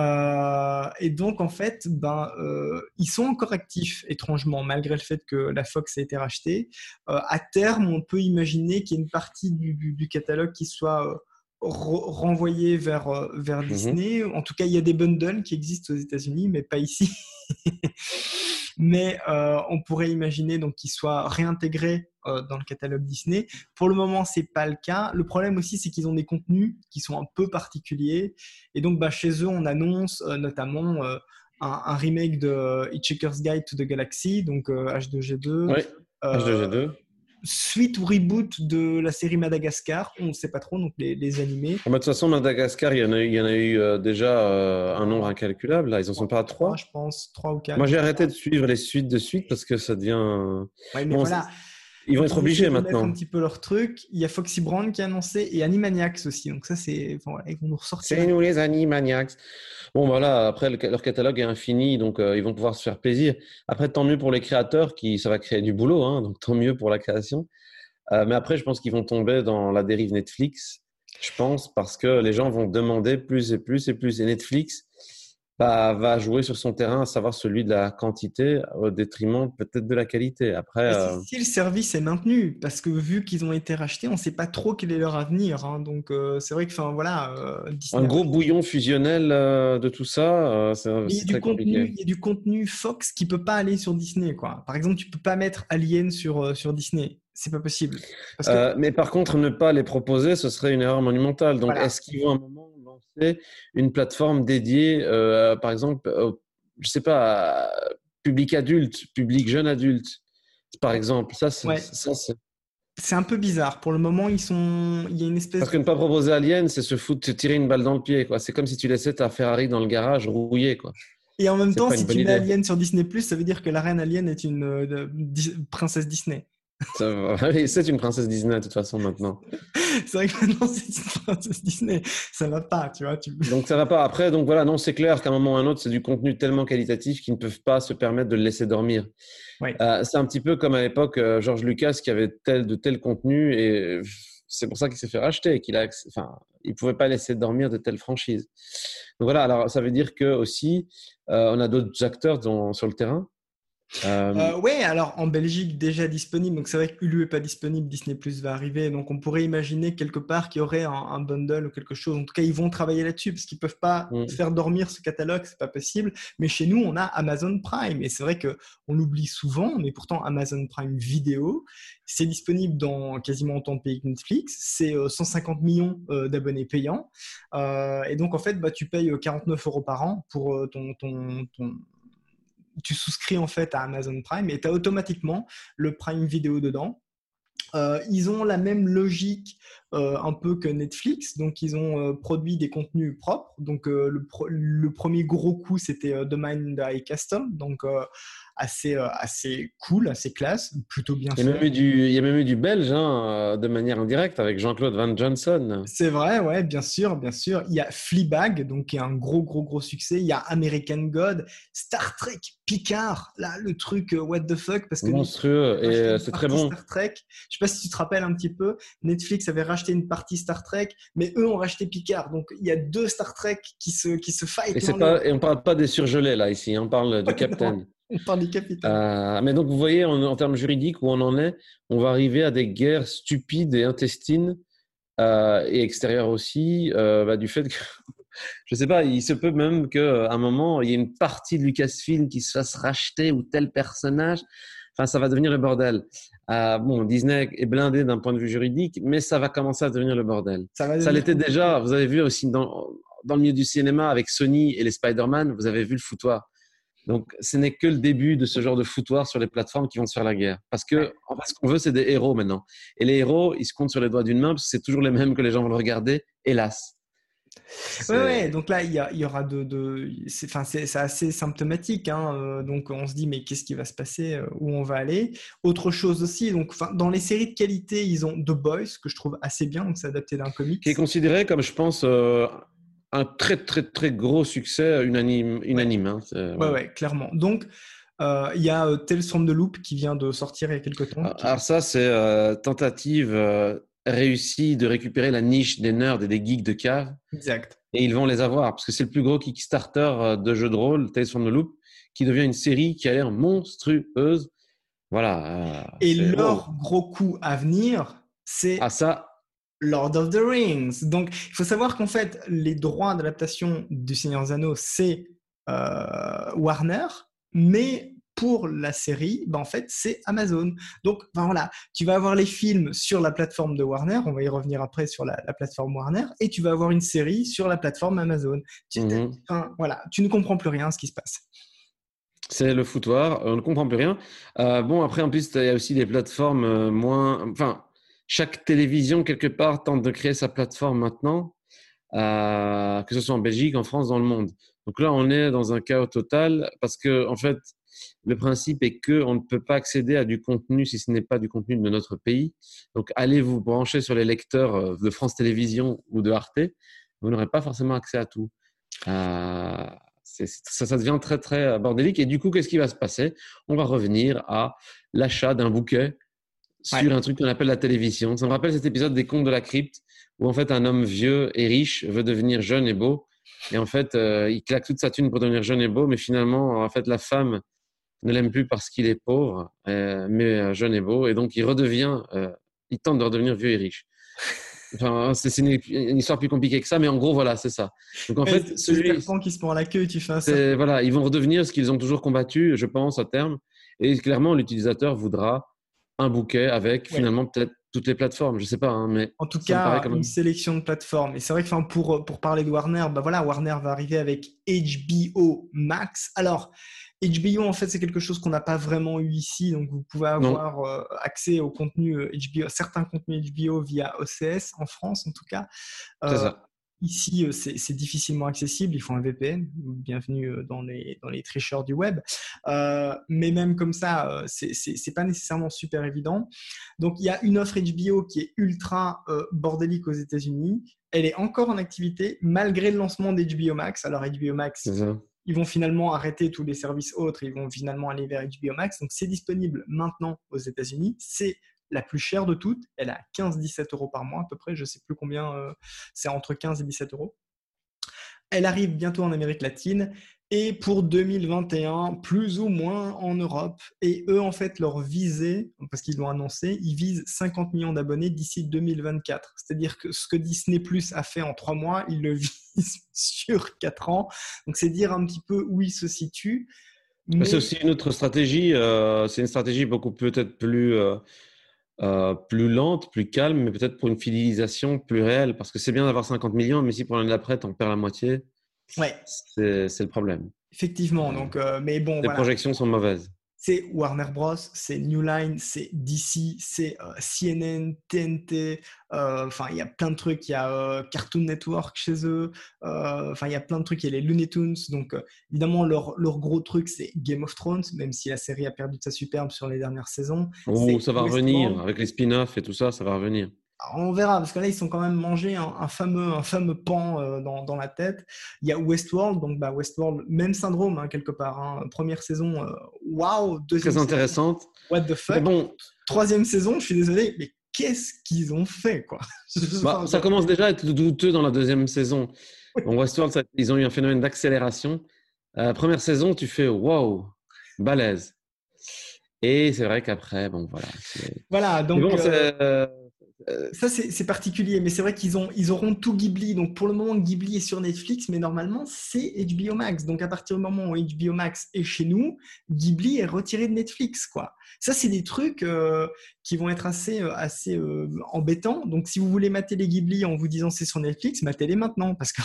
Et donc, en fait, ils sont encore actifs, étrangement, malgré le fait que la Fox a été rachetée. À terme, on peut imaginer qu'il y ait une partie du catalogue qui soit renvoyée vers Mhm. Disney. En tout cas, il y a des bundles qui existent aux États-Unis, mais pas ici. Mais on pourrait imaginer donc qu'ils soient réintégrés dans le catalogue Disney. Pour le moment, c'est pas le cas. Le problème aussi, c'est qu'ils ont des contenus qui sont un peu particuliers. Et donc, bah, chez eux, on annonce notamment un remake de Hitchhiker's Guide to the Galaxy, donc H2G2. Oui. Euh, H2G2. Suite ou reboot de la série Madagascar, on ne sait pas trop, donc les animés. Bon, bah, de toute façon, Madagascar, il y en a eu déjà un nombre incalculable. Là, ils en sont pas à Trois, trois. je pense, trois ou Moi, quatre. j'ai arrêté de suivre les suites de suite parce que ça devient. Ouais, mais Bon, voilà, ils vont être ils essaient obligés de mettre un maintenant. petit peu leur truc. Il y a Foxy Brown qui a annoncé et Animaniacs aussi. Donc ça, c'est, enfin, voilà, ils vont nous ressortir. C'est nous les Animaniacs. Bon, voilà, après, leur catalogue est infini, donc ils vont pouvoir se faire plaisir. Après, tant mieux pour les créateurs, ça va créer du boulot, hein, donc tant mieux pour la création. Mais après, je pense qu'ils vont tomber dans la dérive Netflix, je pense, parce que les gens vont demander plus et plus et plus. Et Netflix va jouer sur son terrain, à savoir celui de la quantité, au détriment peut-être de la qualité. Après, Et si le service est maintenu, parce que vu qu'ils ont été rachetés, on ne sait pas trop quel est leur avenir, hein. Donc c'est vrai que, enfin voilà, un Disney. gros bouillon fusionnel de tout ça, Mais c'est très compliqué. il y a du contenu Fox qui peut pas aller sur Disney, quoi. Par exemple, tu peux pas mettre Alien sur Disney. C'est pas possible. Parce que, Mais par contre, ne pas les proposer, ce serait une erreur monumentale. Donc, voilà. est-ce qu'ils vont à un moment lancer une plateforme dédiée, par exemple, je sais pas, public adulte, public jeune adulte, par exemple? Ouais, c'est un peu bizarre. Pour le moment, il y a une espèce Parce que de. ne pas proposer Alien, c'est se foutre, te tirer une balle dans le pied, quoi. C'est comme si tu laissais ta Ferrari dans le garage rouillée, quoi. Et en même C'est temps, pas si une bonne tu mets idée. Alien sur Disney+, ça veut dire que la reine Alien est une princesse Disney. Oui, c'est une princesse Disney, de toute façon, maintenant. C'est vrai que maintenant, c'est une princesse Disney. Ça va pas, tu vois. Donc ça va pas. Après, donc voilà, non, c'est clair qu'à un moment ou à un autre, c'est du contenu tellement qualitatif qu'ils ne peuvent pas se permettre de le laisser dormir. Ouais. C'est un petit peu comme à l'époque George Lucas qui avait de tel contenu et c'est pour ça qu'il s'est fait racheter, enfin, il pouvait pas laisser dormir de telles franchises. Donc voilà, alors ça veut dire que aussi on a d'autres acteurs sur le terrain. Ouais, alors en Belgique déjà disponible, donc c'est vrai que Hulu est pas disponible, Disney Plus va arriver, donc on pourrait imaginer quelque part qu'il y aurait un bundle ou quelque chose. En tout cas, ils vont travailler là-dessus parce qu'ils peuvent pas Mm. faire dormir ce catalogue, c'est pas possible. Mais chez nous, on a Amazon Prime et c'est vrai que on l'oublie souvent, mais pourtant Amazon Prime Vidéo, c'est disponible dans quasiment autant de pays que Netflix. C'est 150 millions d'abonnés payants et donc en fait, bah, tu payes 49 € par an pour tu souscris en fait à Amazon Prime et tu as automatiquement le Prime Vidéo dedans. Ils ont la même logique un peu que Netflix, donc ils ont produit des contenus propres. Donc le premier gros coup, c'était The Mind I Custom, donc assez cool, assez classe, plutôt bien Il y a fait. même il y a même eu du belge hein, de manière indirecte avec Jean-Claude Van Johnson. C'est vrai, ouais, bien sûr, bien sûr. Il y a Fleabag, donc qui est un gros succès. Il y a American God, Star Trek, Picard, là, le truc what the fuck, parce que Netflix Monstrueux a et racheté une c'est très partie bon. Star Trek. Je sais pas si tu te rappelles un petit peu, Netflix avait racheté une partie Star Trek, mais eux ont racheté Picard. Donc il y a deux Star Trek qui se fight l'un l'autre. Et on parle pas des surgelés là ici, on parle du Ouais, non, capitaine. on parle du capitaine. Mais donc vous voyez en termes juridiques où on en est, on va arriver à des guerres stupides et intestines et extérieures aussi du fait que je sais pas, il se peut même qu'à un moment il y ait une partie de Lucasfilm qui se fasse racheter ou tel personnage. Enfin, ça va devenir le bordel. Bon, Disney est blindé d'un point de vue juridique, mais ça va commencer à devenir le bordel. Ça va Ça devenir l'était compliqué. déjà. Vous avez vu aussi dans le milieu du cinéma avec Sony et les Spider-Man, vous avez vu le foutoir. Donc, ce n'est que le début de ce genre de foutoir sur les plateformes qui vont se faire la guerre. Parce que, en fait, ce qu'on veut, c'est des héros maintenant. Et les héros, ils se comptent sur les doigts d'une main parce que c'est toujours les mêmes que les gens vont le regarder, hélas. Ouais. Donc là, il y aura c'est assez symptomatique, hein. Donc on se dit, mais qu'est-ce qui va se passer, où on va aller? Autre chose aussi, donc dans les séries de qualité, ils ont The Boys, que je trouve assez bien, donc c'est adapté d'un comics. Qui est considéré comme, je pense, un très, très, très gros succès unanime. Hein. Ouais, clairement. Donc, il y a Tales from the Loop qui vient de sortir il y a quelques temps. Alors ça, c'est tentative réussie de récupérer la niche des nerds et des geeks de cave. Exact. Et ils vont les avoir parce que c'est le plus gros Kickstarter de jeux de rôle, Tales from the Loop, qui devient une série qui a l'air monstrueuse. Voilà. Et leur gros coup à venir, c'est Lord of the Rings. Donc, il faut savoir qu'en fait, les droits d'adaptation du Seigneur des Anneaux, c'est Warner, mais pour la série, en fait, c'est Amazon. Donc, voilà, tu vas avoir les films sur la plateforme de Warner, on va y revenir après sur la plateforme Warner, et tu vas avoir une série sur la plateforme Amazon. Voilà, tu ne comprends plus rien à ce qui se passe. C'est le foutoir, on ne comprend plus rien. Après, en plus, il y a aussi des plateformes moins... Enfin, chaque télévision, quelque part, tente de créer sa plateforme maintenant, que ce soit en Belgique, en France, dans le monde. Donc là, on est dans un chaos total parce que, en fait, le principe est qu'on ne peut pas accéder à du contenu si ce n'est pas du contenu de notre pays. Donc, allez vous brancher sur les lecteurs de France Télévisions ou de Arte, vous n'aurez pas forcément accès à tout. Ça devient très, très bordélique. Et du coup, qu'est-ce qui va se passer? On va revenir à l'achat d'un bouquet sur un truc qu'on appelle la télévision. Ça me rappelle cet épisode des Contes de la Crypte où en fait un homme vieux et riche veut devenir jeune et beau. Et en fait, il claque toute sa thune pour devenir jeune et beau, mais finalement, en fait, la femme ne l'aime plus parce qu'il est pauvre, mais jeune et beau. Et donc, il tente de redevenir vieux et riche. Enfin, c'est une histoire plus compliquée que ça, mais en gros, voilà, c'est ça. Donc, en fait, c'est le serpent qui se prend la queue, tu fais ça. Voilà, ils vont redevenir ce qu'ils ont toujours combattu, je pense, à terme. Et clairement, l'utilisateur voudra un bouquet avec finalement peut-être toutes les plateformes, je sais pas, hein, mais en tout cas une sélection de plateformes. Et c'est vrai que pour parler de Warner, Warner va arriver avec HBO Max. Alors HBO, en fait, c'est quelque chose qu'on n'a pas vraiment eu ici, donc vous pouvez avoir accès au contenu HBO, certains contenus HBO via OCS en France, en tout cas. C'est ça. Ici, c'est difficilement accessible. Il faut un VPN. Bienvenue dans les tricheurs du web. Mais même comme ça, c'est pas nécessairement super évident. Donc, il y a une offre HBO qui est ultra bordélique aux États-Unis. Elle est encore en activité malgré le lancement d'HBO Max. Alors, HBO Max, ils vont finalement arrêter tous les services autres. Ils vont finalement aller vers HBO Max. Donc, c'est disponible maintenant aux États-Unis. C'est la plus chère de toutes. Elle est à 15-17 € par mois à peu près. Je ne sais plus combien. C'est entre 15 et 17 €. Elle arrive bientôt en Amérique latine et pour 2021, plus ou moins en Europe. Et eux, en fait, leur visée, parce qu'ils l'ont annoncé, ils visent 50 millions d'abonnés d'ici 2024. C'est-à-dire que ce que Disney Plus a fait en 3 mois, ils le visent sur 4 ans. Donc, c'est dire un petit peu où ils se situent. Mais c'est aussi une autre stratégie. C'est une stratégie beaucoup peut-être plus lente, plus calme, mais peut-être pour une fidélisation plus réelle. Parce que c'est bien d'avoir 50 millions, mais si pour l'année d'après, tu en perds la moitié, c'est le problème. Effectivement. Donc, mais bon, les projections sont mauvaises. C'est Warner Bros, c'est New Line, c'est DC, c'est CNN, TNT. Il y a plein de trucs. Il y a Cartoon Network chez eux. Il y a plein de trucs. Il y a les Looney Tunes. Donc, évidemment, leur gros truc, c'est Game of Thrones, même si la série a perdu de sa superbe sur les dernières saisons. Ça va revenir. Avec les spin-offs et tout ça, ça va revenir. Alors, on verra, parce que là, ils sont quand même mangés un fameux pan dans la tête. Il y a Westworld, donc Westworld, même syndrome, hein, quelque part. Hein. Première saison, waouh. Deuxième très intéressante. Saison, what the fuck. Bon, troisième saison, je suis désolé, mais qu'est-ce qu'ils ont fait, quoi? Ça commence déjà à être douteux dans la deuxième saison. Oui. Bon, Westworld, ils ont eu un phénomène d'accélération. Première saison, tu fais wow, balèze. Et c'est vrai qu'après, bon, voilà. Voilà, donc. Ça, c'est particulier, mais c'est vrai ils auront tout Ghibli. Donc, pour le moment, Ghibli est sur Netflix, mais normalement, c'est HBO Max. Donc, à partir du moment où HBO Max est chez nous, Ghibli est retiré de Netflix, quoi. Ça, c'est des trucs qui vont être assez embêtants. Donc, si vous voulez mater les Ghibli en vous disant c'est sur Netflix, matez-les maintenant, parce que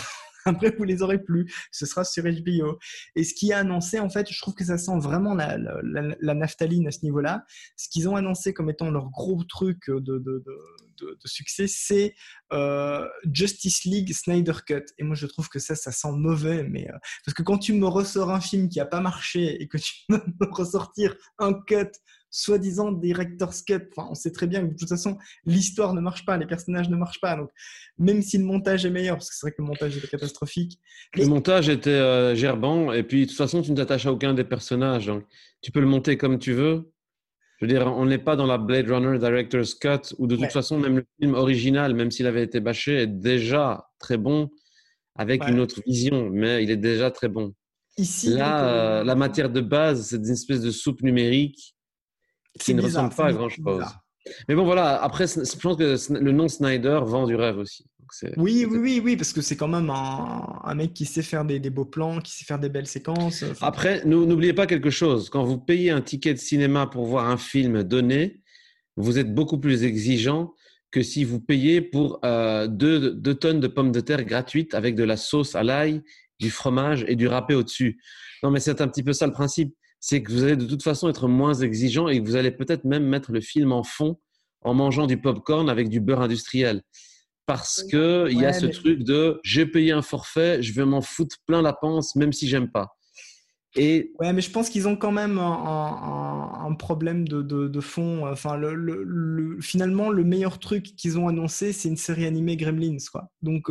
Après, vous les aurez plus. Ce sera sur HBO. Et ce qui est annoncé, en fait, je trouve que ça sent vraiment la naphtaline à ce niveau-là. Ce qu'ils ont annoncé comme étant leur gros truc de succès, c'est Justice League Snyder Cut. Et moi, je trouve que ça sent mauvais. Mais, parce que quand tu me ressors un film qui n'a pas marché et que tu veux me ressortir un cut soi-disant director's cut. Enfin, on sait très bien que de toute façon, l'histoire ne marche pas, les personnages ne marchent pas. Donc, même si le montage est meilleur, parce que c'est vrai que le montage était catastrophique. Le montage était gerbant, et puis de toute façon, tu ne t'attaches à aucun des personnages. Donc, tu peux le monter comme tu veux. Je veux dire, on n'est pas dans la Blade Runner Director's Cut, où de toute façon, même le film original, même s'il avait été bâché, est déjà très bon, avec une autre vision, mais il est déjà très bon. Ici, là, la matière de base, c'est une espèce de soupe numérique qui ne ressemble pas à grand-chose. Mais bon, voilà, après, je pense que le nom Snyder vend du rêve aussi. Donc oui, parce que c'est quand même un mec qui sait faire des beaux plans, qui sait faire des belles séquences. Après, n'oubliez pas quelque chose. Quand vous payez un ticket de cinéma pour voir un film donné, vous êtes beaucoup plus exigeant que si vous payez pour 2 tonnes de pommes de terre gratuites avec de la sauce à l'ail, du fromage et du râpé au-dessus. Non, mais c'est un petit peu ça le principe. C'est que vous allez de toute façon être moins exigeant et que vous allez peut-être même mettre le film en fond en mangeant du popcorn avec du beurre industriel. Parce qu'il y a ce truc de j'ai payé un forfait, je vais m'en foutre plein la panse, même si j'aime pas. Ouais, mais je pense qu'ils ont quand même un problème de fond. Enfin, finalement, le meilleur truc qu'ils ont annoncé, c'est une série animée Gremlins, quoi. Donc.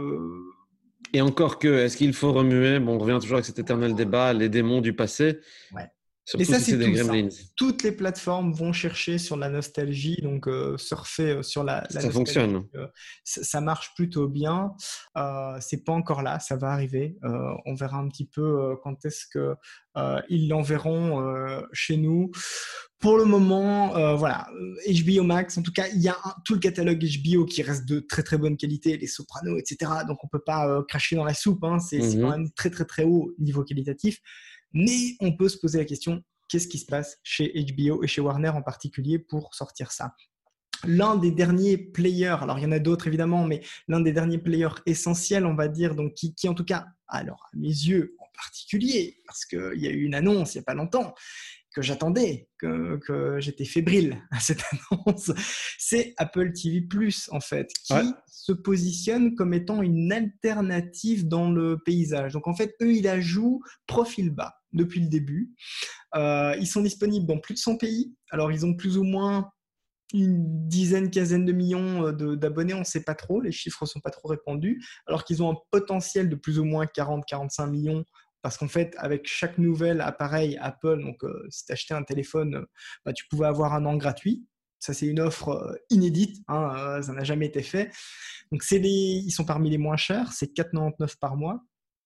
Et encore que, est-ce qu'il faut remuer? Bon, on revient toujours avec cet éternel débat, les démons du passé. Ouais. Surtout Mais ça, si c'est des Gremlins. Toutes les plateformes vont chercher sur la nostalgie, donc surfer sur la ça nostalgie. Fonctionne. Ça marche plutôt bien. C'est pas encore là, ça va arriver. On verra un petit peu quand est-ce que ils l'enverront chez nous. Pour le moment, voilà, HBO Max, en tout cas, il y a tout le catalogue HBO qui reste de très très bonne qualité, les Sopranos, etc. Donc on peut pas cracher dans la soupe, hein. C'est quand même très très très haut niveau qualitatif. Mais on peut se poser la question, qu'est-ce qui se passe chez HBO et chez Warner en particulier pour sortir ça? L'un des derniers players, alors il y en a d'autres évidemment, mais l'un des derniers players essentiels, on va dire, donc qui en tout cas, alors à mes yeux en particulier, parce qu'il y a eu une annonce il n'y a pas longtemps, que j'attendais, que j'étais fébrile à cette annonce, c'est Apple TV+, en fait, qui se positionne comme étant une alternative dans le paysage. Donc en fait, eux, ils la jouent profil bas depuis le début. Ils sont disponibles dans plus de 100 pays. Alors, ils ont plus ou moins une dizaine, quinzaine de millions d'abonnés, on ne sait pas trop, les chiffres ne sont pas trop répandus, alors qu'ils ont un potentiel de plus ou moins 40-45 millions, parce qu'en fait, avec chaque nouvel appareil Apple, donc si tu achetais un téléphone, tu pouvais avoir un an gratuit. Ça, c'est une offre inédite, hein, ça n'a jamais été fait. Donc, ils sont parmi les moins chers, c'est 4,99 par mois.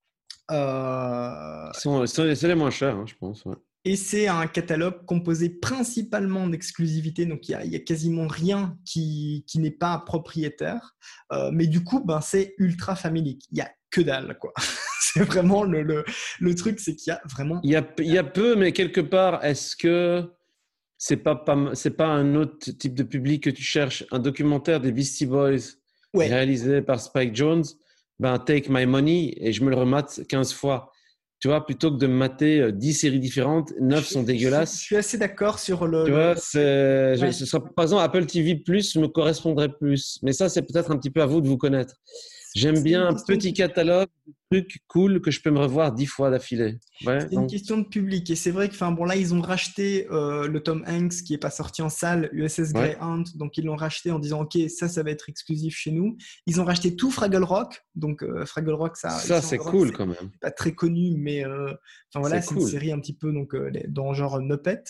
C'est les moins chers, hein, je pense. Ouais. Et c'est un catalogue composé principalement d'exclusivité, donc il y a quasiment rien qui n'est pas propriétaire. Mais du coup, c'est ultra familique. Il y a que dalle, quoi. C'est vraiment le truc, c'est qu'il y a vraiment. Il y a peu, mais quelque part, est-ce que c'est pas un autre type de public que tu cherches? Un documentaire des Beastie Boys réalisé par Spike Jonze, Take My Money, et je me le remate 15 fois. Tu vois, plutôt que de me mater 10 séries différentes, 9 sont dégueulasses. Je suis assez d'accord sur le. Tu vois, par exemple, Apple TV Plus me correspondrait plus. Mais ça, c'est peut-être un petit peu à vous de vous connaître. J'aime bien un petit catalogue de trucs cool que je peux me revoir 10 fois d'affilée. C'est une question de public. Et c'est vrai que là, ils ont racheté le Tom Hanks qui n'est pas sorti en salle, USS Greyhound. Donc, ils l'ont racheté en disant, OK, ça va être exclusif chez nous. Ils ont racheté tout Fraggle Rock. Donc, Fraggle Rock, ça c'est cool quand même. Pas très connu, mais c'est une série un petit peu donc, dans le genre Muppet.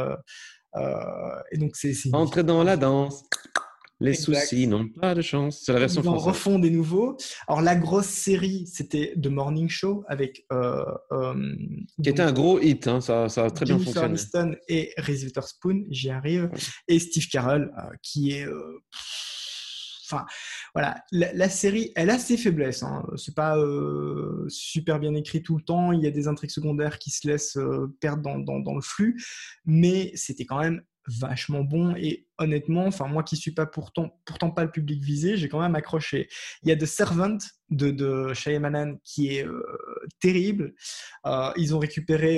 Et donc, c'est Entrer dans la danse. Les soucis n'ont pas de chance. C'est la version française. Ils en refont des nouveaux. Alors, la grosse série, c'était The Morning Show avec. Qui était un gros hit. Hein, ça a très bien fonctionné. Jennifer Aniston et Reese Witherspoon, j'y arrive. Ouais. Et Steve Carell, qui est. Enfin, voilà. La série, elle a ses faiblesses. Hein. C'est pas super bien écrit tout le temps. Il y a des intrigues secondaires qui se laissent perdre dans le flux. Mais c'était quand même vachement bon. Et honnêtement, enfin moi qui suis pas pourtant pas le public visé, j'ai quand même accroché. Il y a The Servant de Shyamalan qui est terrible. Ils ont récupéré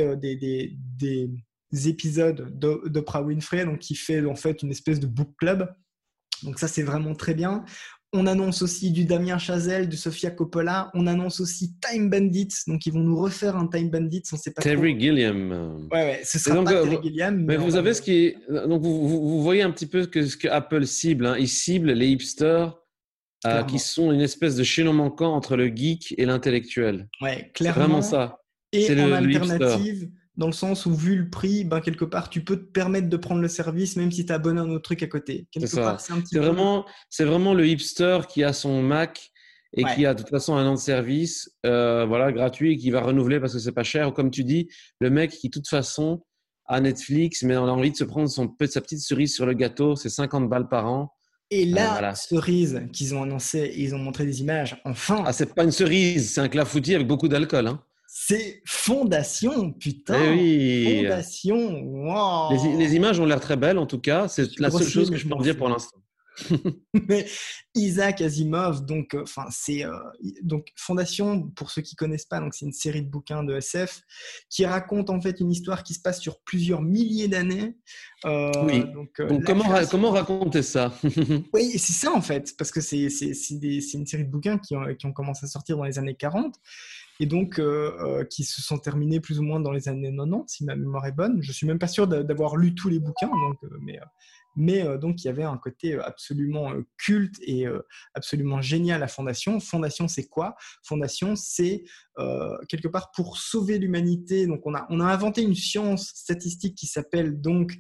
des épisodes d'Oprah Winfrey, donc qui fait en fait une espèce de book club. Donc ça, c'est vraiment très bien. On annonce aussi du Damien Chazelle, du Sofia Coppola. On annonce aussi Time Bandits. Donc, ils vont nous refaire un Time Bandits. On ne sait pas Terry trop. Gilliam. Ouais, ce Et sera donc, pas Terry Gilliam. mais vous avez ce qui est. Donc, vous voyez un petit peu ce que Apple cible. Hein. Ils ciblent les hipsters qui sont une espèce de chaînon manquant entre le geek et l'intellectuel. Ouais, C'est vraiment clairement. ça. Et C'est en le hipster. alternative, dans le sens où, vu le prix, ben, quelque part, tu peux te permettre de prendre le service, même si tu as abonné à un autre truc à côté. C'est Quelque part, ça. c'est un petit peu. C'est vraiment le hipster qui a son Mac et qui Ouais. a de toute façon un an de service voilà, gratuit et qui va renouveler parce que c'est pas cher. Ou comme tu dis, le mec qui, de toute façon, a Netflix, mais on a envie de se prendre sa petite cerise sur le gâteau, c'est 50 balles par an. Et la Voilà. cerise qu'ils ont annoncée, ils ont montré des images, enfin, Ah, c'est pas une cerise, c'est un clafoutis avec beaucoup d'alcool. Hein. c'est Fondation, Eh putain, oui. Fondation, Les wow. images ont l'air très belles, en tout cas. Je C'est suis la seule grossier, chose mais que je je peux m'en en dire fous. pour l'instant. Mais Isaac Asimov, donc, enfin, c'est donc Fondation, pour ceux qui connaissent pas, donc c'est une série de bouquins de SF qui raconte en fait une histoire qui se passe sur plusieurs milliers d'années. Oui. Donc, La création. comment raconter ça? Oui, c'est ça en fait, parce que c'est une série de bouquins qui ont commencé à sortir dans les années 40 et donc qui se sont terminés plus ou moins dans les années 90, si ma mémoire est bonne. Je suis même pas sûr d'avoir lu tous les bouquins, donc, mais donc il y avait un côté absolument culte et absolument génial à Fondation. Fondation, c'est quoi? Fondation, c'est quelque part pour sauver l'humanité. Donc on a inventé une science statistique qui s'appelle donc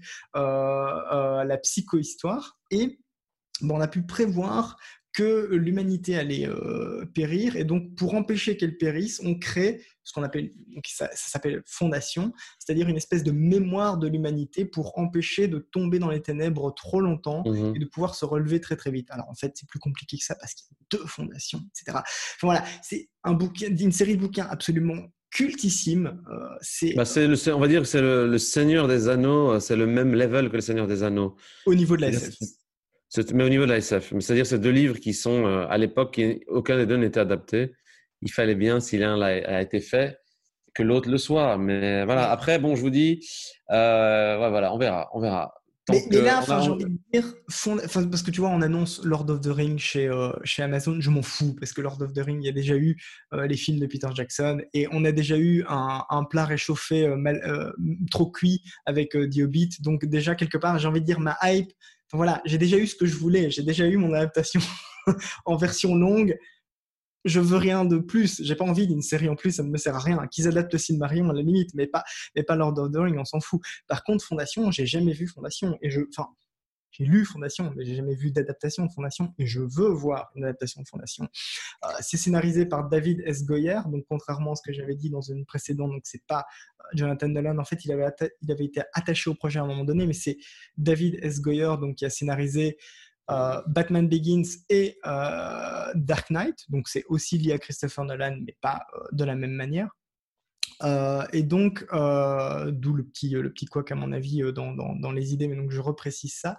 la psychohistoire et bon, on a pu prévoir que l'humanité allait périr et donc pour empêcher qu'elle périsse, on crée ce qu'on appelle, donc ça s'appelle fondation, c'est-à-dire une espèce de mémoire de l'humanité pour empêcher de tomber dans les ténèbres trop longtemps et Mhm. de pouvoir se relever très très vite. Alors en fait, c'est plus compliqué que ça parce qu'il y a deux fondations, etc. Enfin, voilà, c'est un bouquin, une série de bouquins absolument cultissime. C'est On va dire que c'est le Seigneur des Anneaux, c'est le même level que le Seigneur des Anneaux. au niveau de la C'est-à-dire, SF. mais au niveau de la SF. C'est-à-dire, c'est deux livres qui sont, à l'époque, aucun des deux n'était adapté. Il fallait bien, si l'un a été fait, que l'autre le soit. Mais voilà. Mais Après, bon, je vous dis, ouais, voilà, on verra, on verra. Tant Mais que là, on a, j'ai envie de dire, parce que tu vois, on annonce Lord of the Rings chez Amazon, je m'en fous, parce que Lord of the Rings, il y a déjà eu les films de Peter Jackson, et on a déjà eu un plat réchauffé trop cuit avec The Hobbit, donc déjà, quelque part, j'ai envie de dire, ma hype, enfin, voilà, j'ai déjà eu ce que je voulais, j'ai déjà eu mon adaptation en version longue, je veux rien de plus. J'ai pas envie d'une série en plus, ça ne me sert à rien. Qu'ils adaptent le Silmarillion à la limite, mais pas Lord of the Rings, on s'en fout. Par contre, Fondation, j'ai jamais vu Fondation. Enfin, j'ai lu Fondation, mais j'ai jamais vu d'adaptation de Fondation et je veux voir une adaptation de Fondation. C'est scénarisé par David S. Goyer, donc contrairement à ce que j'avais dit dans une précédente, donc c'est pas Jonathan Nolan. En fait, il avait été attaché au projet à un moment donné, mais c'est David S. Goyer donc qui a scénarisé Batman Begins et Dark Knight, donc c'est aussi lié à Christopher Nolan, mais pas de la même manière. Et donc, d'où le petit couac à mon avis dans les idées, mais donc je reprécise ça.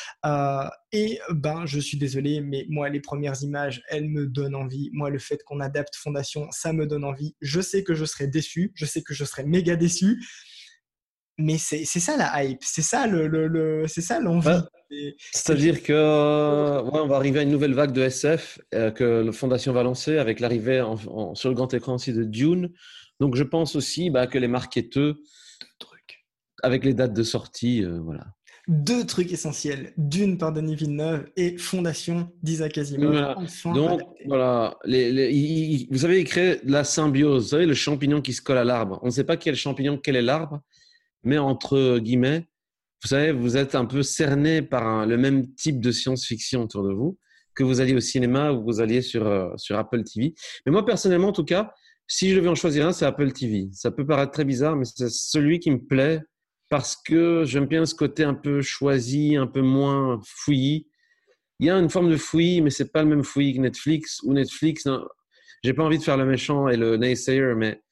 Et ben, je suis désolé, mais moi, les premières images, elles me donnent envie. Moi, le fait qu'on adapte Fondation, ça me donne envie. Je sais que je serai déçu, je sais que je serai méga déçu, mais c'est ça la hype, c'est ça c'est ça ouais, l'envie. c'est-à-dire que ouais, on va arriver à une nouvelle vague de SF que la Fondation va lancer avec l'arrivée sur le grand écran aussi de Dune. Donc, je pense aussi que les marketeurs, Truc. avec les dates de sortie, voilà. Deux trucs essentiels, Dune par Denis Villeneuve et Fondation d'Isaac Asimov, Voilà. enfin Donc, adapté. voilà. Vous savez, il crée la symbiose. Vous savez, le champignon qui se colle à l'arbre. On ne sait pas quel champignon, quel est l'arbre, mais entre guillemets, vous savez, vous êtes un peu cerné par le même type de science-fiction autour de vous, que vous alliez au cinéma ou vous alliez sur Apple TV. Mais moi, personnellement, en tout cas, si je devais en choisir un, c'est Apple TV. Ça peut paraître très bizarre, mais c'est celui qui me plaît parce que j'aime bien ce côté un peu choisi, un peu moins fouillis. Il y a une forme de fouillis, mais c'est pas le même fouillis que Netflix. Ou Netflix, non, j'ai pas envie de faire le méchant et le naysayer, mais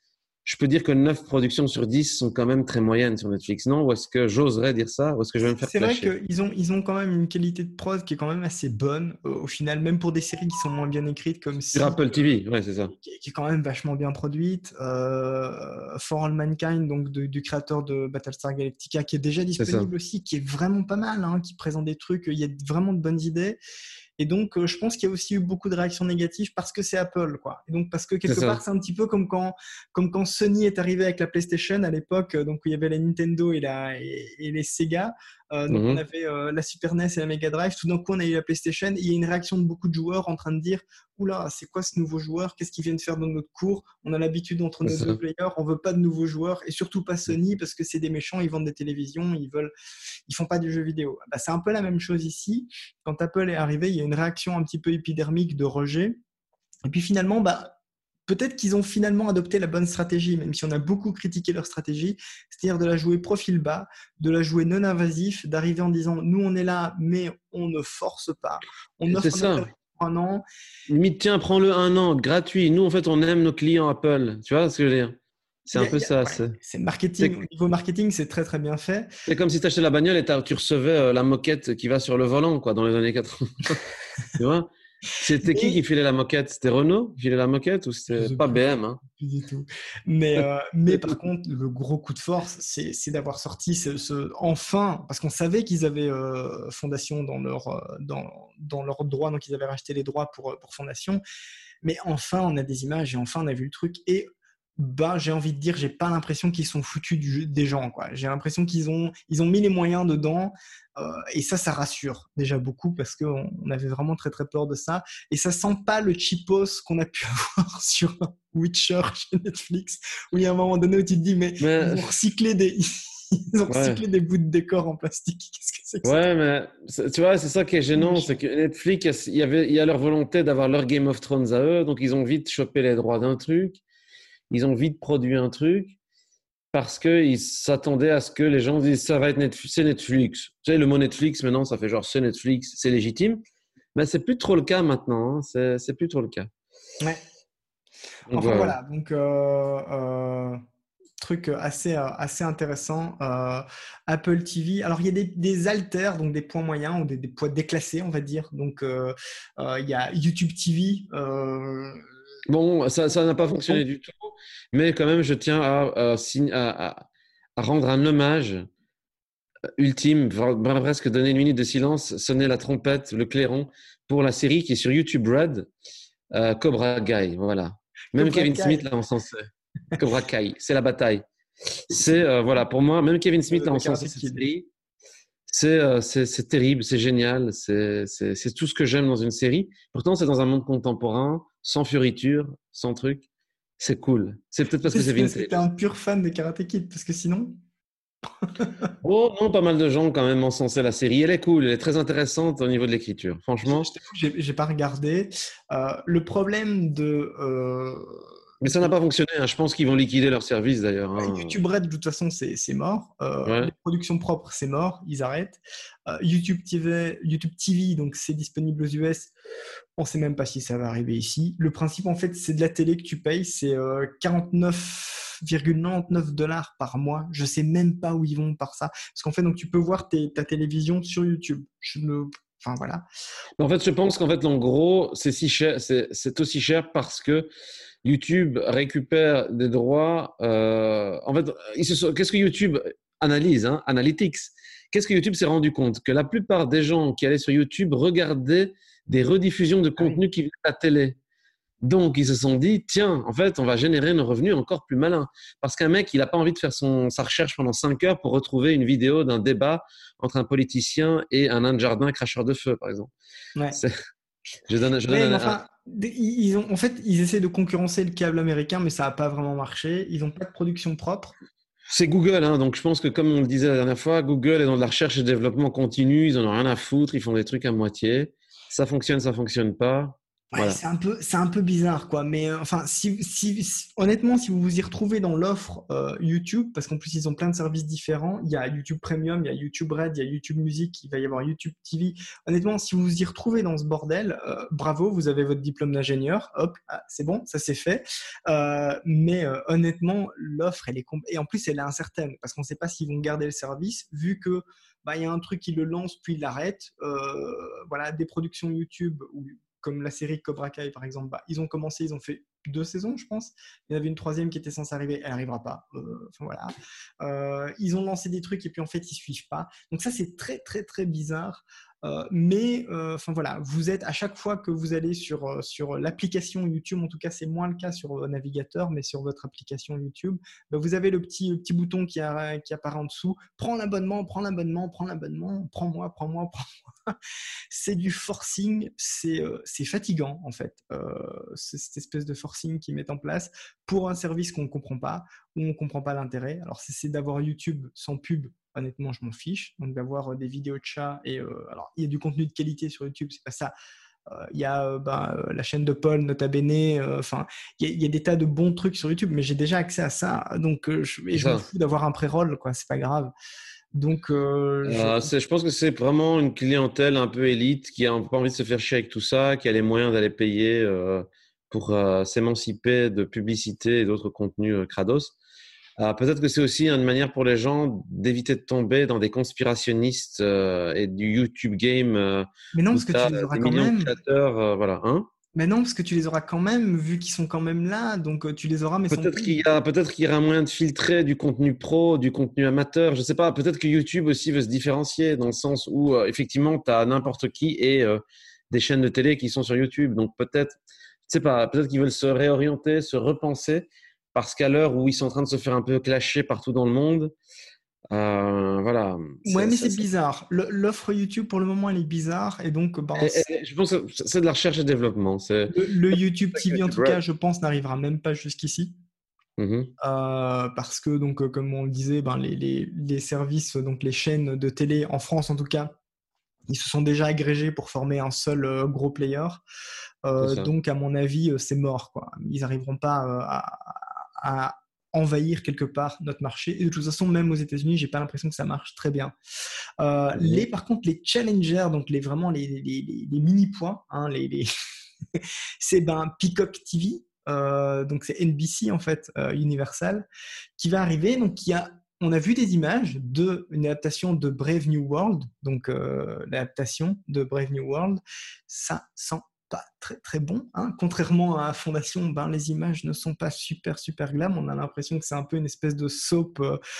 je peux dire que 9 productions sur 10 sont quand même très moyennes sur Netflix, non? Ou est-ce que j'oserais dire ça? Ou est-ce que je vais me faire C'est vrai clasher? qu'ils ont quand même une qualité de prod qui est quand même assez bonne au final, même pour des séries qui sont moins bien écrites comme Sur Si, Apple TV, ouais, c'est ça. qui est quand même vachement bien produite. For All Mankind, donc du créateur de Battlestar Galactica, qui est déjà C'est ça. disponible aussi, qui est vraiment pas mal, hein, qui présente des trucs, il y a vraiment de bonnes idées. Et donc, je pense qu'il y a aussi eu beaucoup de réactions négatives parce que c'est Apple, quoi. Et donc, parce que C'est quelque part, ça. c'est un petit peu comme quand Sony est arrivé avec la PlayStation à l'époque, donc où il y avait la Nintendo et les Sega. Donc, on Mhm. avait la Super NES et la Mega Drive. Tout d'un coup, on a eu la PlayStation. Et il y a une réaction de beaucoup de joueurs en train de dire oula, c'est quoi ce nouveau joueur? Qu'est-ce qu'ils viennent faire dans notre cours? On a l'habitude entre C'est nos deux ça. players. On veut pas de nouveaux joueurs et surtout pas Sony parce que c'est des méchants. Ils vendent des télévisions. Ils font pas du jeu vidéo. Bah, c'est un peu la même chose ici. Quand Apple est arrivé, il y a une réaction un petit peu épidermique de rejet. Et puis finalement, bah, peut-être qu'ils ont finalement adopté la bonne stratégie, même si on a beaucoup critiqué leur stratégie, c'est-à-dire de la jouer profil bas, de la jouer non invasif, d'arriver en disant nous on est là, mais on ne force pas. On C'est offre notre ça. service pour un an. Limite, tiens, prends-le 1 an, gratuit. Nous, en fait, on aime nos clients Apple. Tu vois ce que je veux dire? C'est un peu ça. Ouais, c'est marketing. C'est Au niveau marketing, c'est très très bien fait. c'est comme si tu achetais la bagnole et tu recevais la moquette qui va sur le volant, quoi, dans les années 80. Tu vois? C'était qui Mais filait la moquette? C'était Renault qui filait la moquette ou je c'était sais pas plus. BM, hein? Plus du tout. Mais par contre, le gros coup de force, c'est d'avoir sorti enfin, parce qu'on savait qu'ils avaient Fondation dans leurs droits, donc ils avaient racheté les droits pour Fondation. Mais enfin, on a des images et enfin, on a vu le truc. Et bah, j'ai envie de dire, j'ai pas l'impression qu'ils sont foutus des gens, quoi. J'ai l'impression qu'ils ont mis les moyens dedans. Et ça rassure déjà beaucoup parce qu'on avait vraiment très très peur de ça. Et ça sent pas le cheapos qu'on a pu avoir sur Witcher chez Netflix, où il y a un moment donné où tu te dis, mais ils Mais ont recyclé des, ils ont ouais, recyclé des bouts de décor en plastique. Qu'est-ce que c'est que ça? ouais, mais tu vois, c'est ça qui est gênant, c'est Méchant. que Netflix, il y a leur volonté d'avoir leur Game of Thrones à eux, donc ils ont vite chopé les droits d'un truc, ils ont vite produit un truc. Parce qu'ils s'attendaient à ce que les gens disent ça va être Netflix, c'est Netflix. Tu sais, le mot Netflix, maintenant, ça fait genre c'est Netflix, c'est légitime. Mais c'est plus trop le cas maintenant, hein. C'est plus trop le cas. Ouais. Donc Enfin voilà. voilà, donc truc assez intéressant. Apple TV. Alors il y a des haltères, donc des points moyens ou des poids déclassés, on va dire. Donc il y a YouTube TV. Bon, ça n'a pas fonctionné Bon, du tout, mais quand même, je tiens à rendre un hommage ultime, presque donner une minute de silence, sonner la trompette, le clairon, pour la série qui est sur YouTube Red, Cobra Kai. Voilà. Même Cobra Kevin Smith Kai, l'a encensé. Cobra Kai, c'est la bataille. C'est voilà, pour moi, même Kevin Smith a de encensé Karate cette Kid. série. C'est terrible, c'est génial, c'est tout ce que j'aime dans une série. Pourtant, c'est dans un monde contemporain, sans fioriture, sans truc. C'est cool. C'est peut-être parce que c'est C'est parce que vintage. tu es un pur fan de Karate Kid, parce que sinon. Oh non, pas mal de gens quand même encensaient la série. Elle est cool, elle est très intéressante au niveau de l'écriture. Je Franchement, t'avoue que j'ai pas regardé. Le problème mais ça n'a pas fonctionné, hein. Je pense qu'ils vont liquider leur service d'ailleurs, hein. YouTube Red, de toute façon, c'est mort. Les Ouais. productions propres, c'est mort. Ils arrêtent. YouTube TV, donc c'est disponible aux US. On ne sait même pas si ça va arriver ici. Le principe, en fait, c'est de la télé que tu payes. C'est 49,99 $ par mois. Je ne sais même pas où ils vont par ça. Parce qu'en fait, donc, tu peux voir ta télévision sur YouTube. Enfin, voilà. Mais en fait, je pense qu'en fait, en gros, c'est si cher, c'est aussi cher parce que YouTube récupère des droits. En fait, qu'est-ce que YouTube analyse, hein, Analytics? Qu'est-ce que YouTube s'est rendu compte? Que la plupart des gens qui allaient sur YouTube regardaient des rediffusions de Ah oui. contenu qui venaient à la télé. Donc, ils se sont dit, tiens, en fait, on va générer nos revenus encore plus malins. Parce qu'un mec, il n'a pas envie de faire sa recherche pendant 5 heures pour retrouver une vidéo d'un débat entre un politicien et un nain de jardin cracheur de feu, par exemple. Ouais. C'est- je donne Ouais, mais enfin, en fait, ils essaient de concurrencer le câble américain, mais ça n'a pas vraiment marché. Ils n'ont pas de production propre. C'est Google, hein, donc je pense que comme on le disait la dernière fois, Google est dans de la recherche et développement continu, ils en ont rien à foutre, ils font des trucs à moitié. Ça fonctionne pas. Ouais, Voilà. c'est un peu bizarre, quoi. Mais enfin, honnêtement, si vous vous y retrouvez dans l'offre YouTube, parce qu'en plus ils ont plein de services différents, il y a YouTube Premium, il y a YouTube Red, il y a YouTube Music, il va y avoir YouTube TV. Honnêtement, si vous vous y retrouvez dans ce bordel, bravo, vous avez votre diplôme d'ingénieur. Hop, ah, c'est bon, ça c'est fait. Mais honnêtement, l'offre, elle est et en plus elle est incertaine parce qu'on ne sait pas s'ils vont garder le service, vu que bah, y a un truc qui le lance puis il l'arrête. Voilà, des productions YouTube ou comme la série Cobra Kai par exemple, bah, ils ont commencé, ils ont fait 2 saisons, je pense. Il y en avait une troisième qui était censée arriver, elle n'arrivera pas. Enfin voilà. Ils ont lancé des trucs et puis en fait ils suivent pas. Donc ça c'est très très très bizarre. Mais enfin voilà, vous êtes à chaque fois que vous allez sur l'application YouTube, en tout cas c'est moins le cas sur vos navigateurs, mais sur votre application YouTube, bah, vous avez le petit bouton qui apparaît en dessous. Prends l'abonnement, prends l'abonnement, prends l'abonnement, prends-moi, prends-moi, prends-moi. C'est du forcing, c'est fatigant en fait, cette espèce de forcing qu'ils mettent en place pour un service qu'on ne comprend pas, où on ne comprend pas l'intérêt. Alors si c'est d'avoir YouTube sans pub, honnêtement je m'en fiche, donc d'avoir des vidéos de chats, et alors il y a du contenu de qualité sur YouTube, c'est pas ça. Il y a la chaîne de Paul, Nota Bene, enfin, il y a des tas de bons trucs sur YouTube, mais j'ai déjà accès à ça, donc C'est je m'en ça. fous d'avoir un pré-roll, quoi, c'est pas grave. Donc, Je pense que c'est vraiment une clientèle un peu élite qui a pas envie de se faire chier avec tout ça, qui a les moyens d'aller payer pour s'émanciper de publicité et d'autres contenus crados. Peut-être que c'est aussi une manière pour les gens d'éviter de tomber dans des conspirationnistes et du YouTube game mais non, où parce que tu tu as les auras des quand millions de même. créateurs. Voilà. Hein. Mais non, parce que tu les auras quand même, vu qu'ils sont quand même là, donc tu les auras, mais sans pub. Peut-être qu'il y aura un moyen de filtrer du contenu pro, du contenu amateur. Je sais pas. Peut-être que YouTube aussi veut se différencier dans le sens où effectivement, tu as n'importe qui et des chaînes de télé qui sont sur YouTube. Donc peut-être, je sais pas. Peut-être qu'ils veulent se réorienter, se repenser parce qu'à l'heure où ils sont en train de se faire un peu clasher partout dans le monde, voilà. Ouais, mais c'est bizarre. L'offre YouTube, pour le moment, elle est bizarre. Et donc, ben, Je pense que c'est de la recherche et développement. C'est le YouTube avec TV, en YouTube tout cas, Red. je pense, n'arrivera même pas jusqu'ici. Mhm. Parce que, donc, comme on le disait, ben, les services, donc les chaînes de télé, en France en tout cas, ils se sont déjà agrégés pour former un seul gros player. C'est ça. Donc, à mon avis, c'est mort, quoi. Ils n'arriveront pas à envahir quelque part notre marché. Et de toute façon, même aux États-Unis, j'ai pas l'impression que ça marche très bien. Mhm. Par contre, les challengers, donc vraiment les mini-points, hein, c'est ben, Peacock TV, donc c'est NBC en fait, Universal, qui va arriver. Donc on a vu des images d'une adaptation de Brave New World, donc l'adaptation de Brave New World. Ça sent pas très très bon, hein. Contrairement à Fondation, ben, les images ne sont pas super super glam. On a l'impression que c'est un peu une espèce de soap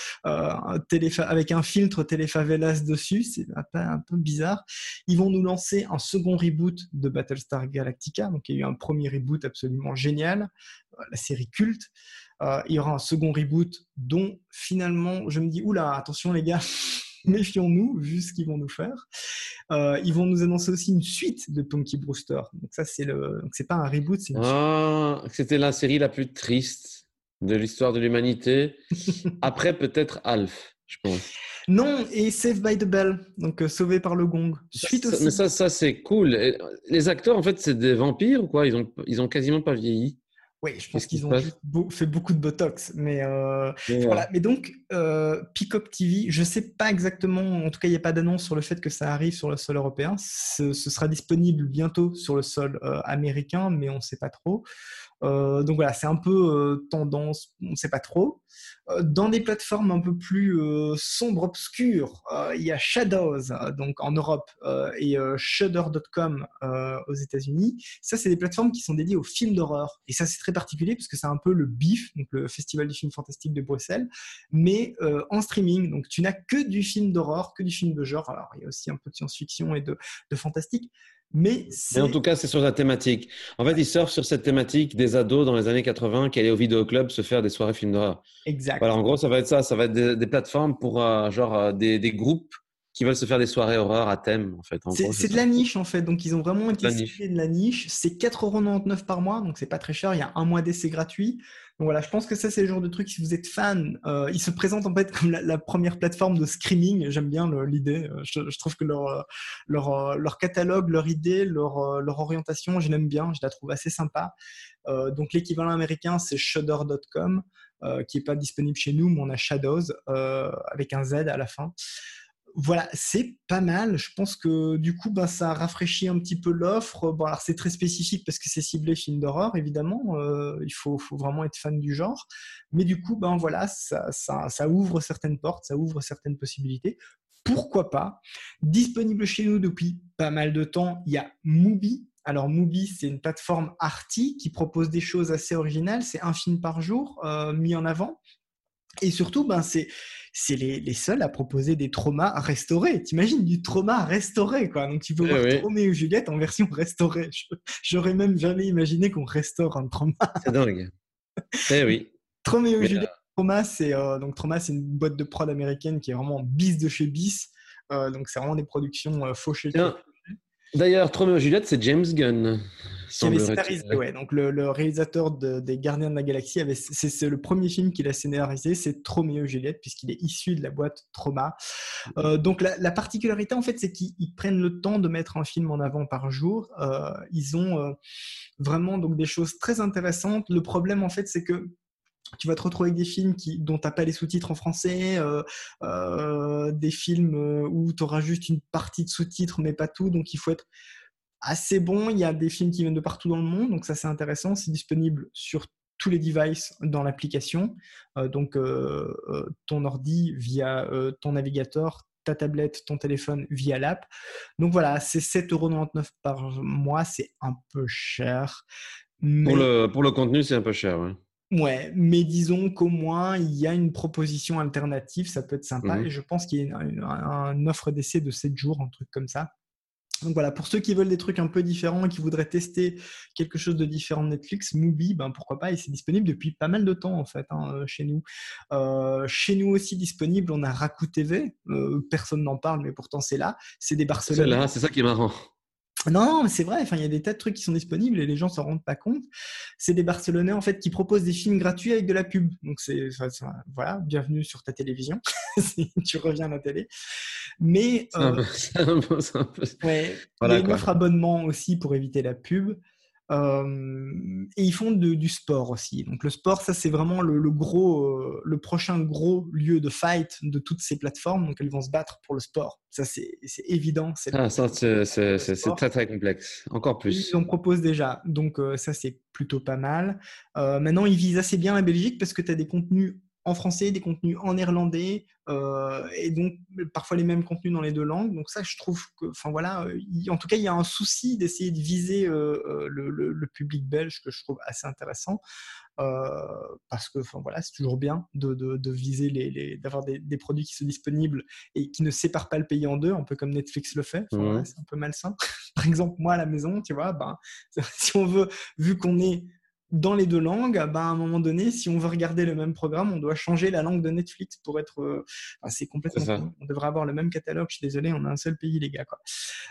avec un filtre téléfavelas dessus. C'est un peu bizarre. Ils vont nous lancer un second reboot de Battlestar Galactica. Donc il y a eu un premier reboot absolument génial, la série culte. Il y aura un second reboot dont finalement je me dis oula, attention les gars, méfions-nous vu ce qu'ils vont nous faire. Ils vont nous annoncer aussi une suite de Punky Brewster. Donc ça c'est pas un reboot, c'est une suite. C'était la série la plus triste de l'histoire de l'humanité. Après, peut-être Alf, je pense. Non, et Saved by the Bell, donc sauvé par le gong. Suite Mais aussi. ça c'est cool. Et les acteurs, en fait, c'est des vampires ou quoi? Ils ont quasiment pas vieilli. Oui, je pense Qu'est-ce qui se qu'ils ont passe? juste fait beaucoup de Botox. Mais Je voilà. vois. Mais donc, Peacock TV, je ne sais pas exactement, en tout cas, il n'y a pas d'annonce sur le fait que ça arrive sur le sol européen. Ce sera disponible bientôt sur le sol américain, mais on ne sait pas trop. Donc voilà, c'est un peu tendance, on ne sait pas trop. Dans des plateformes un peu plus sombres, obscures, il y a Shadows, donc en Europe, et Shudder.com aux États-Unis. Ça, c'est des plateformes qui sont dédiées aux films d'horreur. Et ça, c'est très particulier parce que c'est un peu le BIF, donc le Festival du film fantastique de Bruxelles, mais en streaming. Donc tu n'as que du film d'horreur, que du film de genre. Alors, il y a aussi un peu de science-fiction et de fantastique. Mais Mais en c'est tout cas, c'est sur la thématique. En fait, ils surfent sur cette thématique des ados dans les années 80 qui allaient au vidéoclub se faire des soirées films d'horreur. Voilà, exact. en gros, ça va être ça. Ça va être des plateformes pour des groupes qui veulent se faire des soirées horreur à thème, en fait. En gros, C'est c'est de ça. la niche en fait, donc ils ont vraiment été La niche. ciblés de la niche. C'est 4,99 € par mois, donc c'est pas très cher. Il y a un mois d'essai gratuit. Donc voilà, je pense que ça c'est le genre de truc. Si vous êtes fan, ils se présentent en fait comme la première plateforme de streaming. J'aime bien l'idée. Je trouve que leur catalogue, leur idée, leur orientation, je l'aime bien. Je la trouve assez sympa. Donc l'équivalent américain c'est Shudder.com, qui est pas disponible chez nous, mais on a Shadows avec un Z à la fin. Voilà, c'est pas mal. Je pense que du coup, ça rafraîchit un petit peu l'offre. Bon, alors c'est très spécifique parce que c'est ciblé film d'horreur, évidemment. Il faut vraiment être fan du genre. Mais du coup, voilà, ça ouvre certaines portes, ça ouvre certaines possibilités. Pourquoi pas? Disponible chez nous depuis pas mal de temps, il y a Mubi. Alors Mubi, c'est une plateforme arty qui propose des choses assez originales. C'est un film par jour mis en avant. Et surtout, c'est les seuls à proposer des traumas restaurés. T'imagines du trauma restauré, quoi. Donc, tu peux Eh voir oui, Roméo et Juliette en version restaurée. J'aurais même jamais imaginé qu'on restaure un trauma. c'est dingue. Eh oui. Roméo et Mais, Juliette, Trauma, c'est une boîte de prod américaine qui est vraiment bis de chez bis. Donc, c'est vraiment des productions fauchées de chez tiens, d'ailleurs, Romeo et Juliette, c'est James Gunn, qui avait semblerait-il. scénarisé, ouais. Donc le réalisateur des Gardiens de la Galaxie c'est le premier film qu'il a scénarisé, c'est Roméo et Juliette, puisqu'il est issu de la boîte Trauma. Donc la particularité en fait, c'est qu'ils prennent le temps de mettre un film en avant par jour. Ils ont vraiment donc des choses très intéressantes. Le problème en fait, c'est que tu vas te retrouver avec des films dont tu n'as pas les sous-titres en français, des films où tu auras juste une partie de sous-titres mais pas tout, donc il faut être assez bon. Il y a des films qui viennent de partout dans le monde, donc ça c'est intéressant. C'est disponible sur tous les devices dans l'application. Ton ordi via ton navigateur, ta tablette, ton téléphone via l'app. Donc voilà, c'est 7,99 € par mois, c'est un peu cher. Mais Pour le contenu, c'est un peu cher. Ouais. ouais, mais disons qu'au moins il y a une proposition alternative, ça peut être sympa. Et Mhm. je pense qu'il y a une offre d'essai de 7 jours, un truc comme ça. Donc voilà, pour ceux qui veulent des trucs un peu différents et qui voudraient tester quelque chose de différent de Netflix, Mubi, pourquoi pas, et c'est disponible depuis pas mal de temps en fait chez nous. Chez nous aussi disponible, on a Raku TV, personne n'en parle, mais pourtant c'est là, c'est des C'est Barcelonais. là, c'est ça qui est marrant. Non, mais c'est vrai, il y a des tas de trucs qui sont disponibles et les gens s'en rendent pas compte. C'est des Barcelonais en fait qui proposent des films gratuits avec de la pub. Donc voilà, bienvenue sur ta télévision, tu reviens à la télé. Mais C'est un peu, c'est un peu. ouais, il y a Voilà une quoi. offre abonnement aussi pour éviter la pub. Et ils font du sport aussi. Donc le sport, ça c'est vraiment le prochain gros lieu de fight de toutes ces plateformes. Donc elles vont se battre pour le sport. Ça c'est évident. C'est le Ah, ça, pour le c'est sport. très très complexe. Encore Et ils plus. en proposent déjà. Donc ça c'est plutôt pas mal. Maintenant ils visent assez bien la Belgique parce que tu as des contenus en français, des contenus en néerlandais, et donc parfois les mêmes contenus dans les deux langues. Donc ça, je trouve que, enfin voilà, en tout cas, il y a un souci d'essayer de viser le public belge que je trouve assez intéressant, parce que, enfin voilà, c'est toujours bien de viser d'avoir des produits qui sont disponibles et qui ne séparent pas le pays en deux, un peu comme Netflix le fait. Enfin voilà, Mhm. c'est un peu malsain. Par exemple, moi à la maison, tu vois, si on veut, vu qu'on est dans les deux langues, à un moment donné, si on veut regarder le même programme, on doit changer la langue de Netflix pour être. C'est C'est complètement ça. con. On devrait avoir le même catalogue. Je suis désolé, on a un seul pays, les gars, quoi.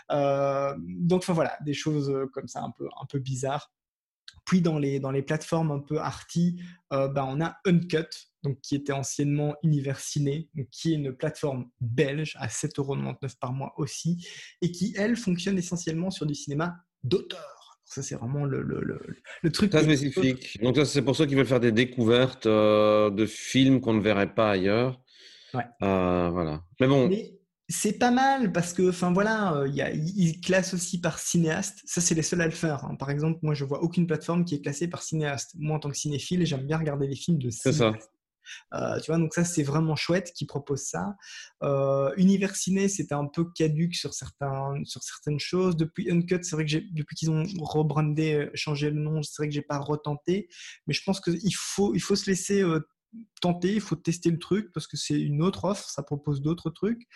Donc, enfin voilà, des choses comme ça, un peu bizarres. Puis dans les plateformes un peu arty, on a Uncut, donc qui était anciennement Univers Ciné, donc qui est une plateforme belge à 7,99 € par mois aussi, et qui, elle, fonctionne essentiellement sur du cinéma d'auteur. Ça, c'est vraiment le truc Très que spécifique. Donc, ça, c'est pour ceux qui veulent faire des découvertes de films qu'on ne verrait pas ailleurs. ouais. Voilà. Mais bon, Mais c'est pas mal parce que, enfin voilà, ils classent aussi par cinéaste. Ça, c'est les seuls à le faire, hein. Par exemple, moi, je vois aucune plateforme qui est classée par cinéaste. Moi, en tant que cinéphile, j'aime bien regarder les films de c'est ça. cinéaste. Tu vois, donc ça, c'est vraiment chouette qu'ils proposent ça. Univers Ciné, c'était un peu caduque sur certaines choses. Depuis Uncut, c'est vrai que depuis qu'ils ont rebrandé, changé le nom, c'est vrai que j'ai pas retenté. Mais je pense qu'il faut se laisser tenter, il faut tester le truc parce que c'est une autre offre, ça propose d'autres trucs.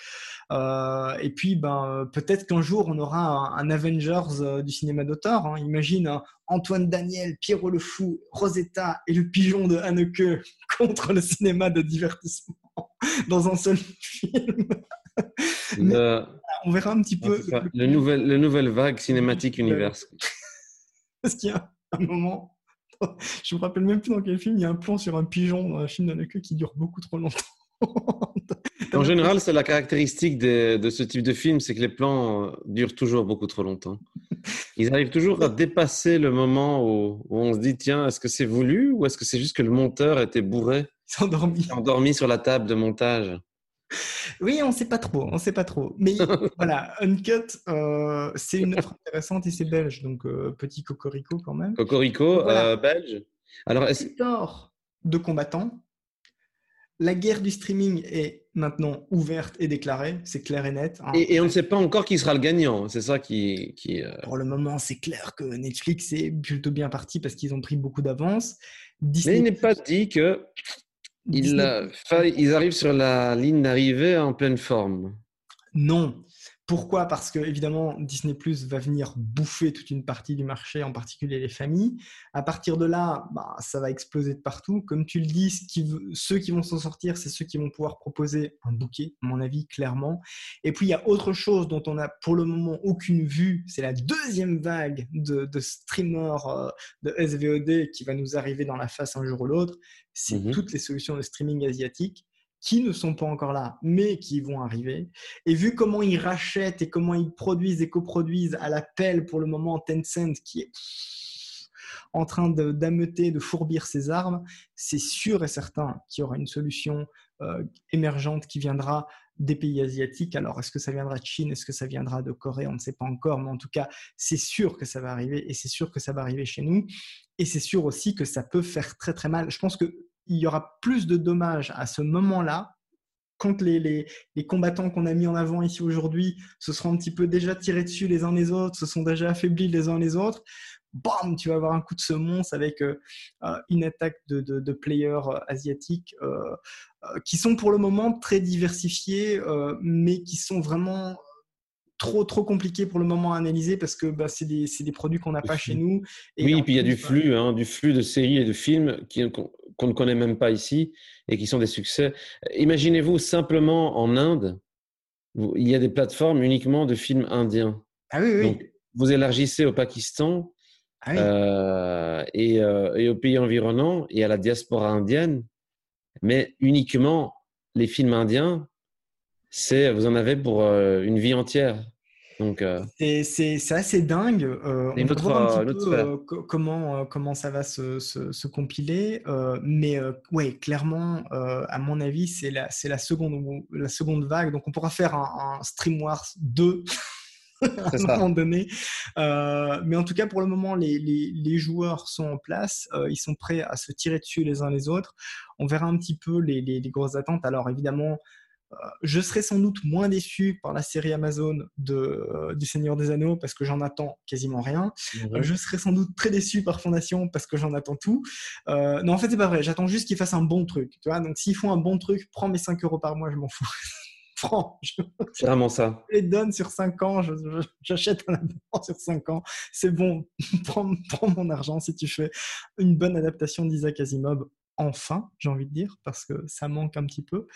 Et puis, peut-être qu'un jour, on aura un Avengers du cinéma d'auteur, hein. Imagine Antoine Daniel, Pierrot le Fou, Rosetta et le pigeon de Haneke contre le cinéma de divertissement dans un seul film. Mais Le, on verra un petit ouais, peu c'est ça. Le nouvel vague Cinematic Universe. parce qu'il y a un moment, je me rappelle même plus dans quel film, il y a un plan sur un pigeon dans un film de la queue qui dure beaucoup trop longtemps. T'as En même pas- général, c'est la caractéristique de ce type de film, c'est que les plans durent toujours beaucoup trop longtemps. Ils arrivent toujours à dépasser le moment où on se dit, tiens, est-ce que c'est voulu ou est-ce que c'est juste que le monteur était bourré, Il s'est endormi. endormi sur la table de montage? Oui, on sait pas trop, on sait pas trop. Mais voilà, Uncut, c'est une œuvre intéressante et c'est belge, donc petit cocorico quand même. Donc Cocorico, voilà, belge. Alors, pléthore de combattants. La guerre du streaming est maintenant ouverte et déclarée, c'est clair et net, hein. et on ne sait pas encore qui sera le gagnant. C'est ça Pour le moment, c'est clair que Netflix est plutôt bien parti parce qu'ils ont pris beaucoup d'avance. Mais il Disney, n'est pas dit que Disney, ils arrivent sur la ligne d'arrivée en pleine forme. non. Pourquoi? Parce que évidemment Disney Plus va venir bouffer toute une partie du marché, en particulier les familles. À partir de là, bah, ça va exploser de partout. Comme tu le dis, ceux qui vont s'en sortir, c'est ceux qui vont pouvoir proposer un bouquet, à mon avis, clairement. Et puis il y a autre chose dont on n'a pour le moment aucune vue, c'est la deuxième vague de streamers de SVOD qui va nous arriver dans la face un jour ou l'autre. C'est Mhm. toutes les solutions de streaming asiatiques qui ne sont pas encore là, mais qui vont arriver. Et vu comment ils rachètent et comment ils produisent et coproduisent à l'appel pour le moment Tencent, qui est en train d'ameuter, de fourbir ses armes, c'est sûr et certain qu'il y aura une solution émergente qui viendra des pays asiatiques. Alors, est-ce que ça viendra de Chine? Est-ce que ça viendra de Corée? On ne sait pas encore, mais en tout cas, c'est sûr que ça va arriver et c'est sûr que ça va arriver chez nous. Et c'est sûr aussi que ça peut faire très très mal. Je pense qu'il y aura plus de dommages à ce moment-là quand les combattants qu'on a mis en avant ici aujourd'hui se seront un petit peu déjà tirés dessus les uns les autres, se sont déjà affaiblis les uns les autres, bam, tu vas avoir un coup de semonce avec une attaque de players asiatiques qui sont pour le moment très diversifiés, mais qui sont vraiment trop compliqués pour le moment à analyser parce que bah, c'est des produits qu'on n'a pas chez nous. Et Oui, en puis il y a plus, bah, du flux de séries et de films qu'on ne connaît même pas ici et qui sont des succès. Imaginez-vous simplement en Inde, il y a des plateformes uniquement de films indiens. ah oui, Donc, oui, vous élargissez au Pakistan ah oui. et aux pays environnants et à la diaspora indienne, mais uniquement les films indiens, vous en avez pour une vie entière. Donc, C'est assez dingue. c'est On va voir un petit une peu autre sphère. comment ça va se compiler. Mais ouais, clairement, à mon avis, c'est la seconde vague. Donc, on pourra faire un Stream Wars 2 à C'est un ça. moment donné. Mais en tout cas, pour le moment, les joueurs sont en place. Ils sont prêts à se tirer dessus les uns les autres. On verra un petit peu les grosses attentes. Alors, évidemment, je serai sans doute moins déçu par la série Amazon du Seigneur des Anneaux parce que j'en attends quasiment rien. Mhm. Je serai sans doute très déçu par Fondation parce que j'en attends tout. Non, en fait, c'est pas vrai. J'attends juste qu'ils fassent un bon truc. Tu vois. Donc, s'ils font un bon truc, prends mes 5 euros par mois, je m'en fous. Prends, je C'est vraiment ça. les donne sur 5 ans, j'achète un abonnement sur 5 ans. C'est bon, prends mon argent si tu fais une bonne adaptation d'Isaac Asimov. Enfin, j'ai envie de dire, parce que ça manque un petit peu.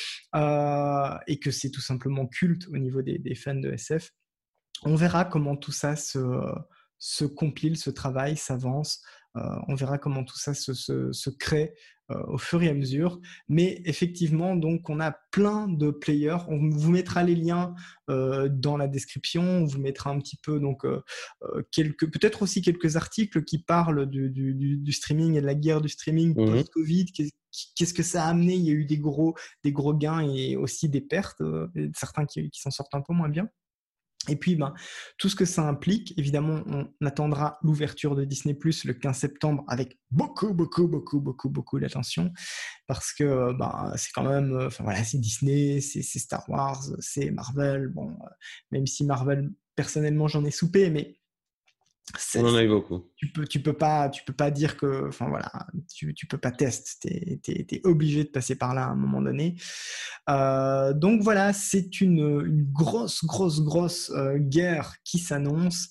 Et que c'est tout simplement culte au niveau des fans de SF. On verra comment tout ça se compile, se travaille, s'avance. On verra comment tout ça se crée au fur et à mesure. Mais effectivement, donc, on a plein de players. On vous mettra les liens dans la description. On vous mettra un petit peu, donc, peut-être aussi quelques articles qui parlent du streaming et de la guerre du streaming Mhm. post-Covid. Qu'est-ce que ça a amené? Il y a eu des gros gains et aussi des pertes, certains qui s'en sortent un peu moins bien. Et puis, ben, tout ce que ça implique, évidemment, on attendra l'ouverture de Disney Plus le 15 septembre avec beaucoup d'attention parce que ben, c'est quand même, enfin voilà, c'est Disney, c'est Star Wars, c'est Marvel. Bon, même si Marvel, personnellement, j'en ai soupé, mais On en a eu beaucoup. tu peux pas dire que, enfin voilà, tu peux pas tester, t'es obligé de passer par là à un moment donné. Donc voilà, c'est une grosse guerre qui s'annonce.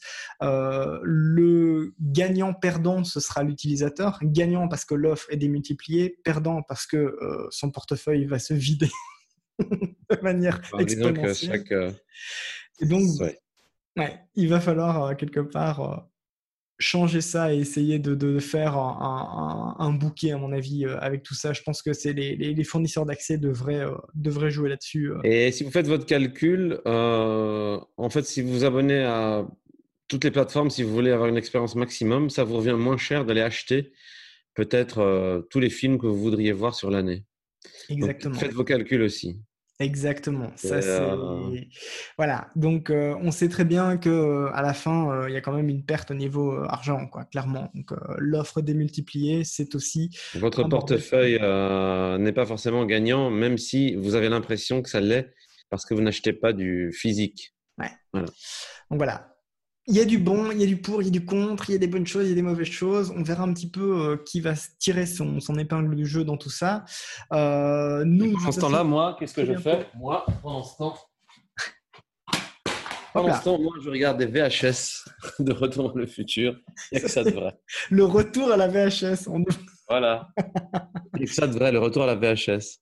Le gagnant-perdant, ce sera l'utilisateur. Gagnant parce que l'offre est démultipliée, perdant parce que son portefeuille va se vider de manière Disons que exponentielle. Et donc, ouais. ouais, il va falloir quelque part changer ça et essayer de faire un bouquet, à mon avis, avec tout ça. Je pense que c'est les fournisseurs d'accès devraient jouer là-dessus. Et si vous faites votre calcul, en fait, si vous vous abonnez à toutes les plateformes, si vous voulez avoir une expérience maximum, ça vous revient moins cher d'aller acheter peut-être tous les films que vous voudriez voir sur l'année. Donc, Exactement. faites vos calculs aussi. Exactement. Et, Ça, c'est. Voilà. Donc, on sait très bien qu'à la fin, il y a quand même une perte au niveau argent, quoi, clairement. Donc, l'offre démultipliée, c'est aussi votre un bordel sans nom. portefeuille n'est pas forcément gagnant, même si vous avez l'impression que ça l'est, parce que vous n'achetez pas du physique. Ouais. Voilà. Donc, voilà. Il y a du bon, il y a du pour, il y a du contre, il y a des bonnes choses, il y a des mauvaises choses. On verra un petit peu qui va se tirer son épingle du jeu dans tout ça. Et Nous, je pendant vous ce retrouve temps-là, moi, qu'est-ce que très je bientôt. fais? Moi, Hop pendant ce là. temps, moi, je regarde des VHS de Retour vers le futur. Il n'y a que Ça, ça de c'est vrai. le retour à la VHS. Voilà. Il n'y a que ça de vrai, le retour à la VHS.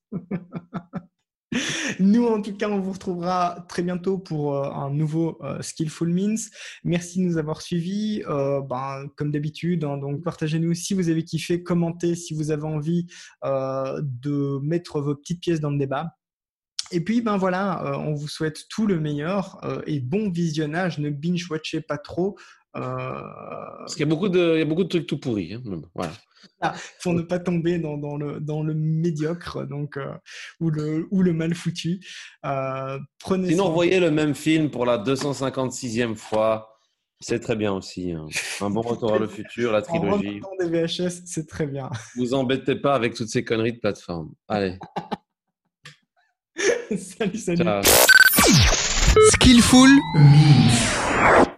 Nous, en tout cas, on vous retrouvera très bientôt pour un nouveau Skillful Means. Merci de nous avoir suivis. Comme d'habitude, hein, donc partagez-nous si vous avez kiffé, commentez si vous avez envie de mettre vos petites pièces dans le débat. Et puis, voilà, on vous souhaite tout le meilleur et bon visionnage. Ne binge-watchez pas trop. Parce qu'il y a beaucoup de trucs tout pourris. Hein. Voilà. Pour ne pas tomber dans le médiocre donc, ou le mal foutu. Prenez Sinon, soin. revoyez le même film pour la 256e fois. C'est très bien aussi. Hein. Un bon retour vers le futur, la En trilogie. remontant des VHS, c'est très bien. Vous embêtez pas avec toutes ces conneries de plateforme. Allez, Salut, salut. ciao. Skillful Means.